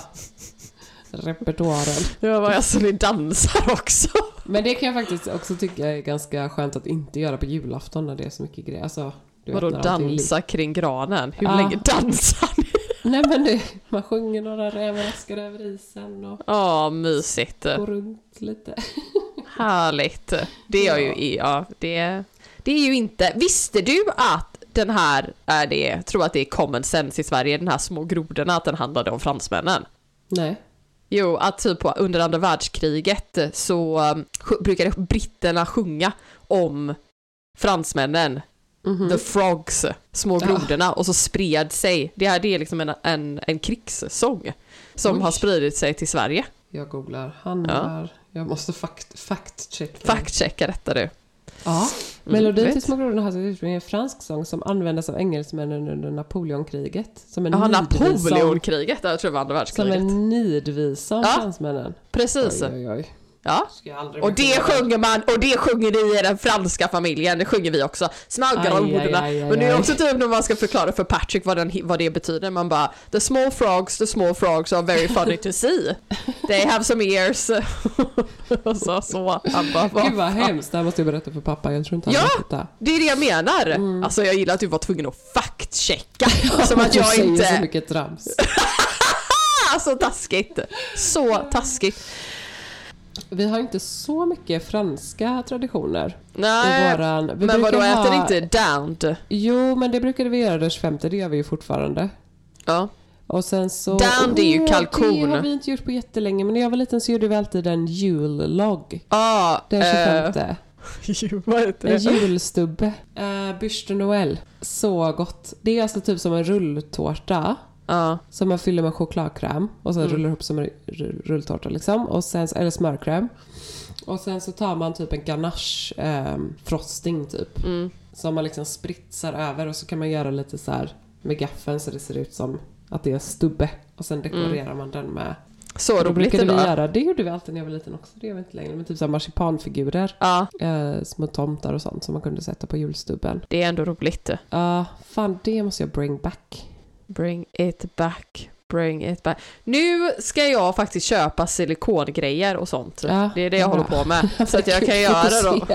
[SPEAKER 5] repertoaren.
[SPEAKER 6] Ja, vad alltså, ni dansar också.
[SPEAKER 5] Men det kan jag faktiskt också tycka är ganska skönt att inte göra på julafton när det är så mycket grejer. Alltså, du vet,
[SPEAKER 6] Vadå
[SPEAKER 5] när allting är
[SPEAKER 6] dansa kring granen? Hur
[SPEAKER 5] Ja.
[SPEAKER 6] länge dansar ni?
[SPEAKER 5] Nej men det, man sjunger några rävraskar över isen och
[SPEAKER 6] Ja, mysigt.
[SPEAKER 5] går runt lite.
[SPEAKER 6] Härligt. Det är ju, ja, det, det är ju inte... Visste du att den här är det, jag tror att det är common sense i Sverige, den här små grodorna, att den handlade om fransmännen?
[SPEAKER 5] Nej.
[SPEAKER 6] Jo, att typ på, under andra världskriget så um, sj- brukade britterna sjunga om fransmännen,
[SPEAKER 5] Mhm.
[SPEAKER 6] the frogs, små
[SPEAKER 5] Ja.
[SPEAKER 6] grodorna, och så spred sig, det här det är liksom en, en, en krigssång som
[SPEAKER 5] Oj.
[SPEAKER 6] har spridit sig till Sverige.
[SPEAKER 5] Jag googlar. Han
[SPEAKER 6] Ja.
[SPEAKER 5] är... Jag måste fakt, fact-checka.
[SPEAKER 6] Fact-checka detta du.
[SPEAKER 5] Ja.
[SPEAKER 6] Mm,
[SPEAKER 5] Melodin
[SPEAKER 6] vet.
[SPEAKER 5] till Små grodorna har sitt ursprung i en fransk sång som användes av engelsmännen under Napoleonkriget. Som en
[SPEAKER 6] Jaha,
[SPEAKER 5] nidvisa om-
[SPEAKER 6] Napoleonkriget, jag tror det var andra
[SPEAKER 5] Som
[SPEAKER 6] världskriget.
[SPEAKER 5] en nidvisa om
[SPEAKER 6] Ja.
[SPEAKER 5] fransmännen.
[SPEAKER 6] Precis.
[SPEAKER 5] Oj, oj, oj.
[SPEAKER 6] Ja.
[SPEAKER 5] Ska jag aldrig
[SPEAKER 6] Och
[SPEAKER 5] mer
[SPEAKER 6] det
[SPEAKER 5] komma där.
[SPEAKER 6] sjunger man, och det sjunger ni i den franska familjen, det sjunger vi också. Smaggar
[SPEAKER 5] Aj,
[SPEAKER 6] om
[SPEAKER 5] aj,
[SPEAKER 6] grodorna.
[SPEAKER 5] aj, aj,
[SPEAKER 6] Men det är
[SPEAKER 5] aj.
[SPEAKER 6] också typ när man ska förklara för Patrick vad, den, vad det betyder. Man bara, the small frogs, the small frogs are very funny to see. They have some ears. Och så, så. Han bara, vad
[SPEAKER 5] Gud vad
[SPEAKER 6] fan.
[SPEAKER 5] hemskt, det här måste jag berätta för pappa. Jag tror inte han
[SPEAKER 6] Ja.
[SPEAKER 5] har det.
[SPEAKER 6] Det är det jag menar.
[SPEAKER 5] Mm.
[SPEAKER 6] Alltså jag gillar att du var tvungen att fact-checka. Som att
[SPEAKER 5] Du
[SPEAKER 6] jag
[SPEAKER 5] säger så
[SPEAKER 6] inte...
[SPEAKER 5] mycket trams.
[SPEAKER 6] Ah, så taskigt. Så taskigt.
[SPEAKER 5] Vi har inte så mycket franska traditioner i
[SPEAKER 6] Nej,
[SPEAKER 5] våran... Vi
[SPEAKER 6] men vadå,
[SPEAKER 5] brukar
[SPEAKER 6] äter
[SPEAKER 5] ha-
[SPEAKER 6] inte downed?
[SPEAKER 5] Jo, men det brukade vi göra den tjugofemte, det gör vi ju fortfarande.
[SPEAKER 6] Ja.
[SPEAKER 5] Och sen så...
[SPEAKER 6] Downed är ju
[SPEAKER 5] Åh,
[SPEAKER 6] kalkon.
[SPEAKER 5] Det har vi inte gjort på jättelänge, men när jag var liten så gjorde vi alltid en jullogg.
[SPEAKER 6] Ah,
[SPEAKER 5] Den
[SPEAKER 6] eh,
[SPEAKER 5] tjugofemte.
[SPEAKER 6] vad heter
[SPEAKER 5] En
[SPEAKER 6] det?
[SPEAKER 5] julstubbe. Uh, Bûche de Noël. Så gott. Det är alltså typ som en rulltårta.
[SPEAKER 6] Ja.
[SPEAKER 5] Som man fyller med chokladkräm. Och sen
[SPEAKER 6] Mm.
[SPEAKER 5] rullar ihop som en r- rulltårta liksom. Och sen, eller smörkräm. Och sen så tar man typ en ganache eh, frosting typ.
[SPEAKER 6] Mm.
[SPEAKER 5] Som man liksom spritsar över. Och så kan man göra lite så här med gaffeln så det ser ut som att det är stubbe. Och sen dekorerar
[SPEAKER 6] Mm.
[SPEAKER 5] man den med
[SPEAKER 6] Så
[SPEAKER 5] då
[SPEAKER 6] roligt
[SPEAKER 5] brukade
[SPEAKER 6] det
[SPEAKER 5] vi
[SPEAKER 6] var.
[SPEAKER 5] göra, det gjorde vi alltid när jag var liten också, det gör vi inte längre, men typ så här marsipanfigurer,
[SPEAKER 6] Ja,
[SPEAKER 5] eh, små tomtar och sånt som man kunde sätta på julstubben.
[SPEAKER 6] det är ändå roligt.
[SPEAKER 5] Ja, fan det måste jag bring back.
[SPEAKER 6] Bring it back. Bring it back. Nu ska jag faktiskt köpa silikongrejer och sånt.
[SPEAKER 5] Ja,
[SPEAKER 6] det är det jag
[SPEAKER 5] bra.
[SPEAKER 6] håller på med. Så att jag kan göra det då.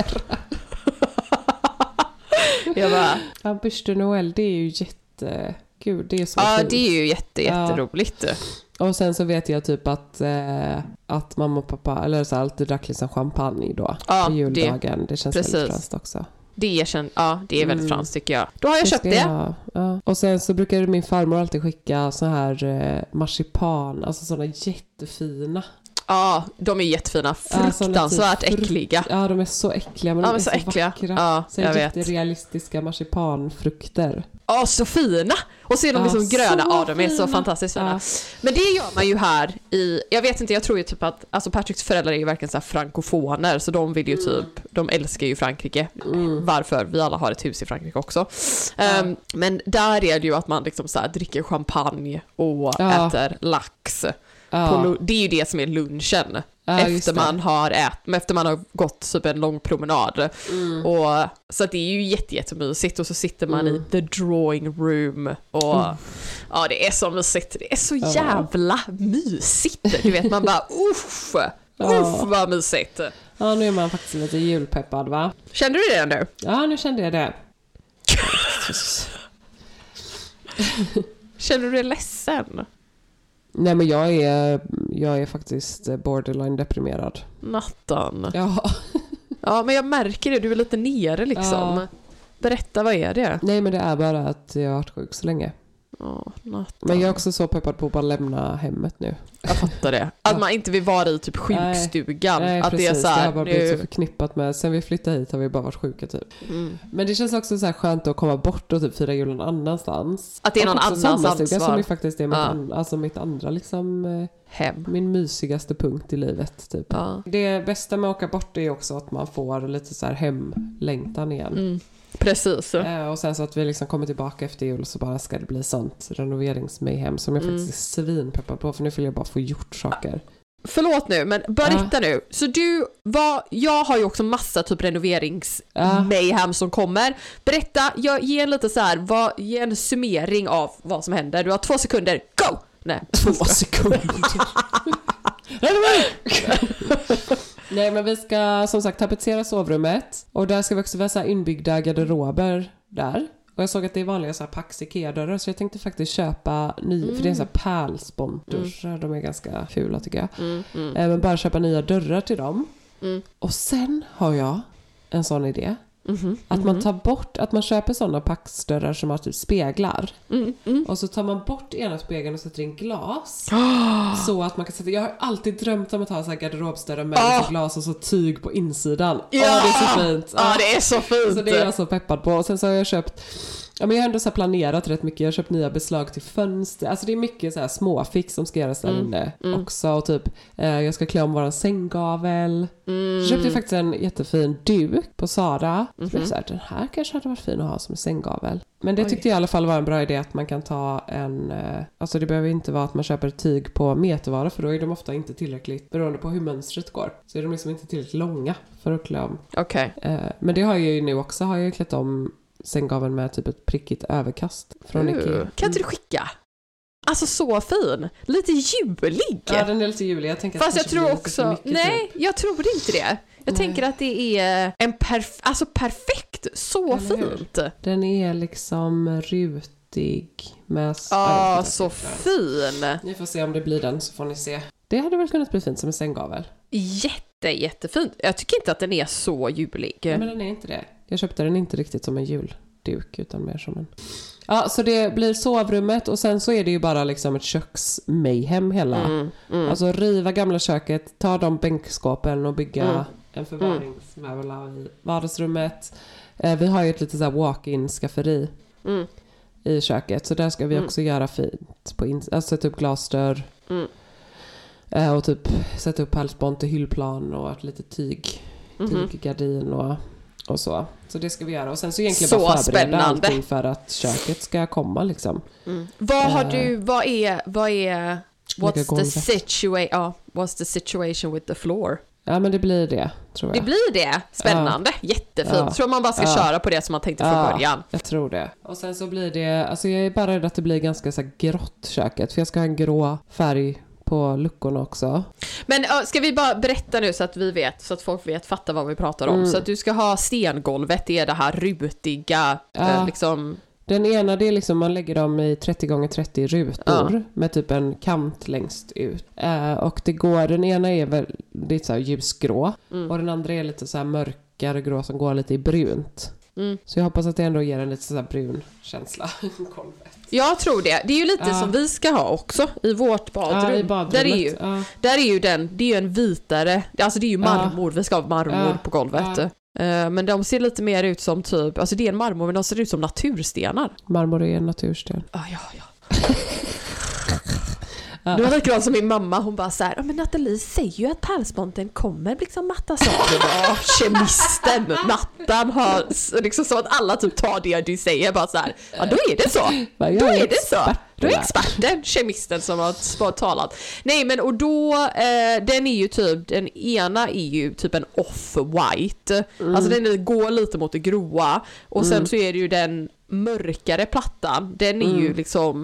[SPEAKER 6] Jag bara,
[SPEAKER 5] Ja, Bûche de Noël, det är ju jätte... Gud, det är så
[SPEAKER 6] ja,
[SPEAKER 5] fint.
[SPEAKER 6] det är ju jätte, jätteroligt.
[SPEAKER 5] Och sen så vet jag typ att, eh, att mamma och pappa, eller så alltid drack liksom champagne då.
[SPEAKER 6] Ja,
[SPEAKER 5] på juldagen.
[SPEAKER 6] det-
[SPEAKER 5] Det, känns
[SPEAKER 6] precis.
[SPEAKER 5] väldigt franskt också.
[SPEAKER 6] Det är, känd, ja, det är väldigt
[SPEAKER 5] Mm.
[SPEAKER 6] franskt tycker jag. Då har jag köpt
[SPEAKER 5] ska
[SPEAKER 6] det.
[SPEAKER 5] jag- ja. Och sen så brukar min farmor alltid skicka så här eh, marsipan, alltså sådana jättefina.
[SPEAKER 6] Ja, de är jättefina.
[SPEAKER 5] Ja, såna
[SPEAKER 6] Fruktansvärt
[SPEAKER 5] typ frukt-
[SPEAKER 6] äckliga.
[SPEAKER 5] Ja, de är så äckliga, men
[SPEAKER 6] Ja,
[SPEAKER 5] de
[SPEAKER 6] men
[SPEAKER 5] är
[SPEAKER 6] så
[SPEAKER 5] så,
[SPEAKER 6] äckliga.
[SPEAKER 5] vackra.
[SPEAKER 6] Ja,
[SPEAKER 5] så
[SPEAKER 6] jag vet.
[SPEAKER 5] jätterealistiska marsipanfrukter.
[SPEAKER 6] Ja, så fina. Och så är de
[SPEAKER 5] Ja,
[SPEAKER 6] liksom gröna.
[SPEAKER 5] så
[SPEAKER 6] Ja, de är så
[SPEAKER 5] fina.
[SPEAKER 6] fantastiskt fina.
[SPEAKER 5] Ja.
[SPEAKER 6] Men det gör man ju här i, jag vet inte, jag tror ju typ att, alltså Patricks föräldrar är ju verkligen så här frankofoner, så de vill ju typ, de älskar ju Frankrike.
[SPEAKER 5] Mm.
[SPEAKER 6] Varför? Vi alla har ett hus i Frankrike också. Um, men där är det ju att man liksom så här dricker champagne och
[SPEAKER 5] Ja.
[SPEAKER 6] äter lax.
[SPEAKER 5] Ja.
[SPEAKER 6] På lu- det är ju det som är lunchen.
[SPEAKER 5] Ja, just
[SPEAKER 6] efter
[SPEAKER 5] det.
[SPEAKER 6] man har ät, efter man har gått typ en lång promenad.
[SPEAKER 5] Mm.
[SPEAKER 6] Och, så att det är ju jätte, jättemysigt. Och så sitter man
[SPEAKER 5] Mm.
[SPEAKER 6] i the drawing room. Och
[SPEAKER 5] Mm.
[SPEAKER 6] ja, det är så mysigt. Det är så
[SPEAKER 5] Ja.
[SPEAKER 6] jävla mysigt. Du vet, man bara uff,
[SPEAKER 5] Ja.
[SPEAKER 6] uff vad mysigt.
[SPEAKER 5] Ja, nu är man faktiskt lite julpeppad, va?
[SPEAKER 6] Kände du det nu?
[SPEAKER 5] Ja, nu kände jag det.
[SPEAKER 6] Känner du dig ledsen?
[SPEAKER 5] Nej, men jag är, jag är faktiskt borderline deprimerad.
[SPEAKER 6] Nattan.
[SPEAKER 5] Ja.
[SPEAKER 6] Ja, men jag märker det. Du är lite nere liksom.
[SPEAKER 5] Ja.
[SPEAKER 6] Berätta, vad är det?
[SPEAKER 5] Nej, men det är bara att jag har varit sjuk så länge.
[SPEAKER 6] Ja, nattan.
[SPEAKER 5] Men jag är också så peppad på att bara lämna hemmet nu.
[SPEAKER 6] Jag fattar det. Att man inte vill vara i typ sjukstugan.
[SPEAKER 5] Nej,
[SPEAKER 6] att
[SPEAKER 5] precis.
[SPEAKER 6] det är så
[SPEAKER 5] Det
[SPEAKER 6] här,
[SPEAKER 5] har bara blivit så
[SPEAKER 6] nu...
[SPEAKER 5] förknippat med. Sen vi flyttade hit har vi bara varit sjuka typ.
[SPEAKER 6] mm.
[SPEAKER 5] Men det känns också så här skönt att komma bort och typ fira julen någon annanstans.
[SPEAKER 6] Att det är
[SPEAKER 5] Och
[SPEAKER 6] någon
[SPEAKER 5] också
[SPEAKER 6] annans
[SPEAKER 5] sommarstuga
[SPEAKER 6] ansvar.
[SPEAKER 5] som ju faktiskt är mitt,
[SPEAKER 6] Ja.
[SPEAKER 5] an, alltså mitt andra liksom, eh,
[SPEAKER 6] Hem.
[SPEAKER 5] min mysigaste punkt i livet typ.
[SPEAKER 6] Ja.
[SPEAKER 5] Det bästa med att åka bort är också att man får lite så här hemlängtan igen.
[SPEAKER 6] Mm. Precis.
[SPEAKER 5] Eh, och sen så att vi liksom kommer tillbaka efter jul så bara ska det bli sånt renoveringsmayhem som jag
[SPEAKER 6] Mm.
[SPEAKER 5] faktiskt är svinpeppad på, för nu vill jag bara få gjort saker.
[SPEAKER 6] Förlåt nu, men berätta nu. Så du, vad, jag har ju också massa typ renoveringsmayhem som kommer. Berätta, jag ger en lite så här, vad, ge en summering av vad som händer. Du har två sekunder, go! Nej.
[SPEAKER 5] Två sekunder. Nej, men vi ska som sagt tapetsera sovrummet. Och där ska vi också vara så här inbyggda garderober där. Och jag såg att det är vanliga så här Pax Ikea-dörrar, så jag tänkte faktiskt köpa nya,
[SPEAKER 6] Mm.
[SPEAKER 5] för det är så här pärlspontdörrar. De är ganska fula tycker jag.
[SPEAKER 6] Mm, mm,
[SPEAKER 5] Eh, Men bara köpa nya dörrar till dem.
[SPEAKER 6] mm.
[SPEAKER 5] Och sen har jag en sån idé.
[SPEAKER 6] Mhm,
[SPEAKER 5] Att man tar bort, att man köper sådana Pax-dörrar som har typ speglar.
[SPEAKER 6] mm, mm.
[SPEAKER 5] Och så tar man bort ena spegeln och sätter in glas. Så att man kan sätta, jag har alltid drömt om att ha så här garderobsdörrar med
[SPEAKER 6] Ah.
[SPEAKER 5] lite glas och så tyg på insidan.
[SPEAKER 6] Ja!
[SPEAKER 5] Åh, det är så fint.
[SPEAKER 6] Ja, det är så fint.
[SPEAKER 5] Så det är jag så peppad på. Och sen så har jag köpt, ja men jag har ändå så här planerat rätt mycket. Jag har köpt nya beslag till fönster. Alltså det är mycket så här småfix som ska göras där
[SPEAKER 6] Mm,
[SPEAKER 5] inne
[SPEAKER 6] mm.
[SPEAKER 5] också. Och typ, eh, jag ska klä om våran sänggavel.
[SPEAKER 6] Mm.
[SPEAKER 5] Så köpte jag faktiskt en jättefin duk på Sara. Så
[SPEAKER 6] Mhm.
[SPEAKER 5] blev jag så här, den här kanske hade varit fin att ha som sänggavel. Men det
[SPEAKER 6] Oj.
[SPEAKER 5] tyckte jag i alla fall var en bra idé, att man kan ta en, eh, alltså det behöver inte vara att man köper tyg på metervara, för då är de ofta inte tillräckligt, beroende på hur mönstret går, så är de liksom inte tillräckligt långa för att klä om.
[SPEAKER 6] Okej.
[SPEAKER 5] Eh, men det har jag ju nu också, har jag ju klätt om sänggaveln med typ ett prickigt överkast från
[SPEAKER 6] Uh,
[SPEAKER 5] Ikea.
[SPEAKER 6] Kan inte du skicka? Alltså så fin. Lite julig.
[SPEAKER 5] Ja, den är lite julig. Jag tänker att
[SPEAKER 6] Fast
[SPEAKER 5] det
[SPEAKER 6] jag
[SPEAKER 5] kanske
[SPEAKER 6] tror
[SPEAKER 5] blir lite för
[SPEAKER 6] också...
[SPEAKER 5] mycket
[SPEAKER 6] Nej,
[SPEAKER 5] typ.
[SPEAKER 6] jag tror inte det. Jag
[SPEAKER 5] Nej.
[SPEAKER 6] tänker att det är en perf- alltså perfekt. Så
[SPEAKER 5] Eller hur?
[SPEAKER 6] fint.
[SPEAKER 5] Den är liksom rutig med...
[SPEAKER 6] Ja,
[SPEAKER 5] jag vet
[SPEAKER 6] så
[SPEAKER 5] inte.
[SPEAKER 6] fin.
[SPEAKER 5] Ni får se om det blir den, så får ni se. Det hade väl kunnat bli fint som en sänggavel.
[SPEAKER 6] Jätte, jättefint. Jag tycker inte att den är så julig.
[SPEAKER 5] Ja, men den är inte det. Jag köpte den inte riktigt som en julduk, utan mer som en... Ja, så det blir sovrummet, och sen så är det ju bara liksom ett köksmayhem hela.
[SPEAKER 6] Mm, mm.
[SPEAKER 5] Alltså riva gamla köket, ta de bänkskåpen och bygga
[SPEAKER 6] Mm.
[SPEAKER 5] en förvaringsmöbel i vardagsrummet. Eh, vi har ju ett litet så här walk-in skafferi
[SPEAKER 6] Mm.
[SPEAKER 5] i köket, så där ska vi
[SPEAKER 6] Mm.
[SPEAKER 5] också göra fint på in- alltså typ glasdörr.
[SPEAKER 6] Mm.
[SPEAKER 5] Eh, och typ sätta upp halsband till hyllplan och ett litet tyg,
[SPEAKER 6] Mhm.
[SPEAKER 5] tyggardin och, och så. Så det ska vi göra. Och sen så egentligen
[SPEAKER 6] Så
[SPEAKER 5] bara förbereda
[SPEAKER 6] spännande.
[SPEAKER 5] allting för att köket ska komma liksom.
[SPEAKER 6] Mm. Vad har
[SPEAKER 5] Eh.
[SPEAKER 6] du, vad är, vad är What's the, situa- ja, what's the situation with the floor?
[SPEAKER 5] Ja, men det blir det, tror jag.
[SPEAKER 6] Det blir det. Spännande. Ja. Jättefint.
[SPEAKER 5] Ja.
[SPEAKER 6] Tror man bara ska ja. köra på det som man tänkte från
[SPEAKER 5] ja,
[SPEAKER 6] början.
[SPEAKER 5] Jag tror det. Och sen så blir det, alltså jag är bara rädd att det blir ganska så här grått köket. För jag ska ha en grå färg på luckorna också.
[SPEAKER 6] Men ska vi bara berätta nu så att vi vet, så att folk vet, fattar vad vi pratar om. Mm. Så att du ska ha stengolvet, det är det här rutiga,
[SPEAKER 5] ja.
[SPEAKER 6] eh, liksom...
[SPEAKER 5] Den ena, det är liksom, man lägger dem i trettio gånger trettio rutor ja. med typ en kant längst ut. Eh, och det går, den ena är väl, det är så här ljusgrå. Mm. Och den andra är lite så här mörkare grå som går lite i brunt. Mm. Så jag hoppas att det ändå ger en lite så här brun känsla.
[SPEAKER 6] Jag tror det. Det är ju lite ja. som vi ska ha också i vårt badrum.
[SPEAKER 5] Ja, i badrummet.
[SPEAKER 6] Där är ju,
[SPEAKER 5] ja.
[SPEAKER 6] där är ju den, det är ju en vitare, alltså det är ju marmor, ja. vi ska ha marmor
[SPEAKER 5] ja.
[SPEAKER 6] på golvet. Ja. Men de ser lite mer ut som typ, alltså det är en marmor men de ser ut som naturstenar.
[SPEAKER 5] Marmor är en natursten.
[SPEAKER 6] Ah, ja, ja. Det var likadant som min mamma, hon bara så här, men Nathalie säger ju att pärlsponten kommer liksom mattas av. Ja, kemisten, mattan har liksom så att alla typ tar det du säger bara så här, ja då är det så. Då är det så. Då är experten, kemisten som har talat. Nej men och då, eh, den är ju typ, den ena är ju typ en off-white. Mm. Alltså den går lite mot det gråa. Och sen mm. så är det ju den mörkare plattan, den är mm. ju liksom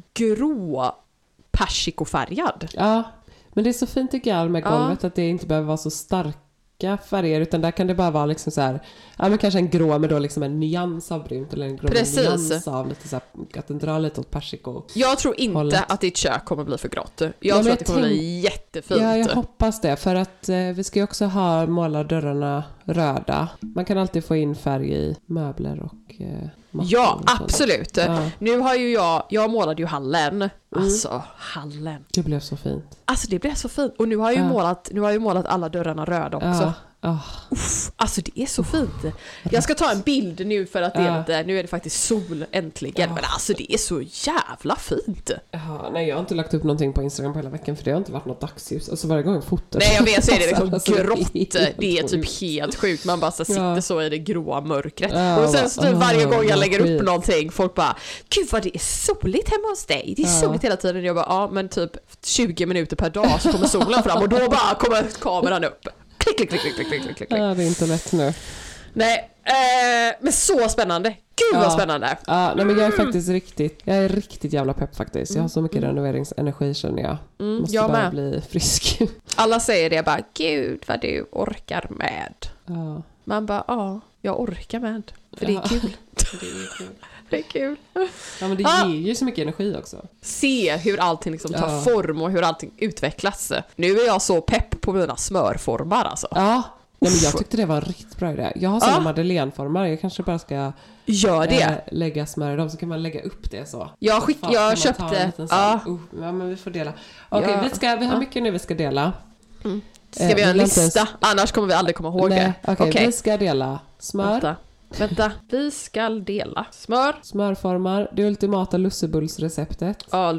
[SPEAKER 6] grå persikofärgad.
[SPEAKER 5] Ja, men det är så fint tycker jag med golvet ja. att det inte behöver vara så starka färger utan där kan det bara vara liksom så här, ja men kanske en grå med då liksom en nyans av brunt eller en grå nyans av lite så här, att den drar lite åt persiko.
[SPEAKER 6] Jag tror inte hållet. att ditt kök kommer bli för grått. Jag ja, tror jag att det kommer tänk... bli jättefint.
[SPEAKER 5] Ja, jag hoppas det för att eh, vi ska ju också ha måla dörrarna röda. Man kan alltid få in färg i möbler och eh,
[SPEAKER 6] ja, absolut. Ja. Nu har ju jag, jag målade ju hallen. Mm. Alltså, hallen.
[SPEAKER 5] Det blev så fint.
[SPEAKER 6] Alltså det blev så fint. Och nu har jag ju ja. målat, nu har jag ju målat alla dörrarna röda också.
[SPEAKER 5] Ja. Oh.
[SPEAKER 6] Uff, alltså det är så fint. Jag ska ta en bild nu för att det är lite, nu är det faktiskt sol äntligen. Ja. Men alltså det är så jävla fint.
[SPEAKER 5] Ja, nej jag har inte lagt upp någonting på Instagram på hela veckan för det har inte varit något dagsljus. Alltså varje gång jag fotar.
[SPEAKER 6] Nej jag vet så är det liksom alltså, grått. Det är typ helt sjukt. Man bara så sitter ja. så i det gråa mörkret. Ja, och sen så typ varje gång jag lägger upp någonting folk bara, gud vad det är soligt hemma hos dig. Det är ja. soligt hela tiden. Jag bara, ja men typ tjugo minuter per dag så kommer solen fram och då bara kommer kameran upp. Klick, klick, klick, klick, klick, klick, klick.
[SPEAKER 5] Ja, det är inte lätt nu.
[SPEAKER 6] Nej, eh, men så spännande. Gud
[SPEAKER 5] ja.
[SPEAKER 6] vad spännande.
[SPEAKER 5] Ja, nej, men jag är faktiskt riktigt, jag är riktigt jävla pepp faktiskt. Jag har så mycket mm. renoveringsenergi känner jag. Mm, Måste jag bara med. bli frisk.
[SPEAKER 6] Alla säger det bara, gud vad du orkar med.
[SPEAKER 5] Ja.
[SPEAKER 6] Man bara, ja, jag orkar med. För ja. det är kul.
[SPEAKER 5] det är kul.
[SPEAKER 6] Det är kul.
[SPEAKER 5] Ja, men det
[SPEAKER 6] ah.
[SPEAKER 5] ger ju så mycket energi också.
[SPEAKER 6] Se hur allting liksom tar
[SPEAKER 5] ja.
[SPEAKER 6] form och hur allting utvecklas. Nu är jag så pepp på mina smörformar alltså.
[SPEAKER 5] Ja, ja men jag tyckte det var en riktigt bra idé. Jag har sådana ah. Madeleine-formar. Jag kanske bara ska
[SPEAKER 6] Gör det.
[SPEAKER 5] Äh, lägga smör i dem så kan man lägga upp det så.
[SPEAKER 6] Jag, skick, jag köpte...
[SPEAKER 5] Ja. Uh, ja, men vi får dela. Okej, okay, ja. vi, ska, vi har mycket nu vi ska dela.
[SPEAKER 6] Mm. Ska vi göra en lista? Ens... Annars kommer vi aldrig komma ihåg
[SPEAKER 5] Nej,
[SPEAKER 6] det.
[SPEAKER 5] Okej, okay, okay. vi ska dela smör.
[SPEAKER 6] Vänta. Vänta, vi ska dela smör.
[SPEAKER 5] Smörformar, det ultimata lussebullsreceptet.
[SPEAKER 6] Ja,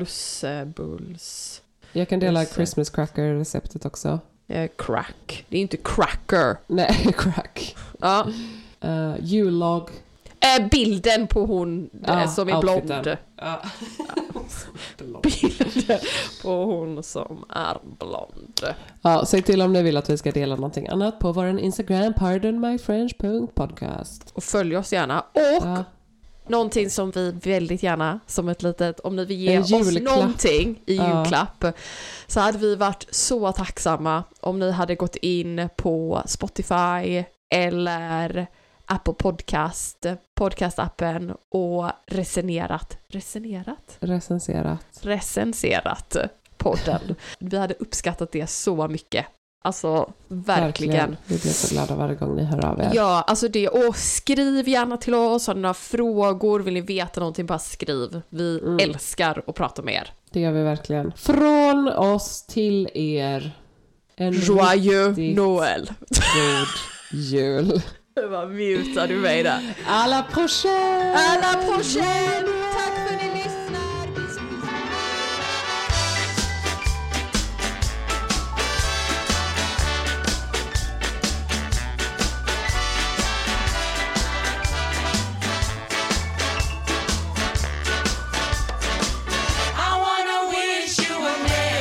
[SPEAKER 6] lussebulls.
[SPEAKER 5] Jag kan dela Lusse. Christmas cracker-receptet också.
[SPEAKER 6] Eh, crack. Det är inte cracker.
[SPEAKER 5] Nej, crack.
[SPEAKER 6] Ja.
[SPEAKER 5] Uh, julog.
[SPEAKER 6] Eh, bilden på hon ja, som är outfiten. Blond.
[SPEAKER 5] Ja.
[SPEAKER 6] Bilden på hon som är blond.
[SPEAKER 5] Ja, säg till om ni vill att vi ska dela någonting annat på vår Instagram pardonmyfrench punkt podcast.
[SPEAKER 6] Och följ oss gärna. Och ja. någonting som vi väldigt gärna, som ett litet, om ni vill ge oss någonting i julklapp, ja. så hade vi varit så tacksamma om ni hade gått in på Spotify eller Apple Podcast, podcastappen och recenserat, recenserat?
[SPEAKER 5] Recenserat.
[SPEAKER 6] Recenserat podden. Vi hade uppskattat det så mycket. Alltså, verkligen. verkligen.
[SPEAKER 5] Vi blir så glada varje gång ni hör av er.
[SPEAKER 6] Ja, alltså det. Och skriv gärna till oss. Har ni några frågor? Vill ni veta någonting? Bara skriv. Vi mm. älskar att prata med er.
[SPEAKER 5] Det gör vi verkligen. Från oss till er. En
[SPEAKER 6] Joyeux Noël.
[SPEAKER 5] God jul.
[SPEAKER 6] Vad mutar du mig där?
[SPEAKER 5] À la prochaine!
[SPEAKER 6] À la prochaine! Tack för att ni lyssnar!
[SPEAKER 7] I wanna wish you a merry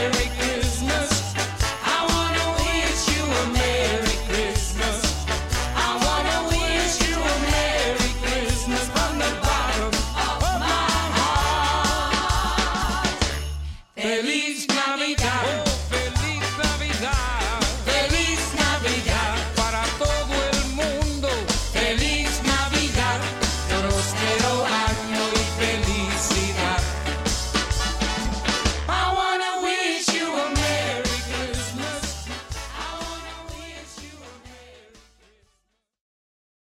[SPEAKER 7] Feliz Navidad.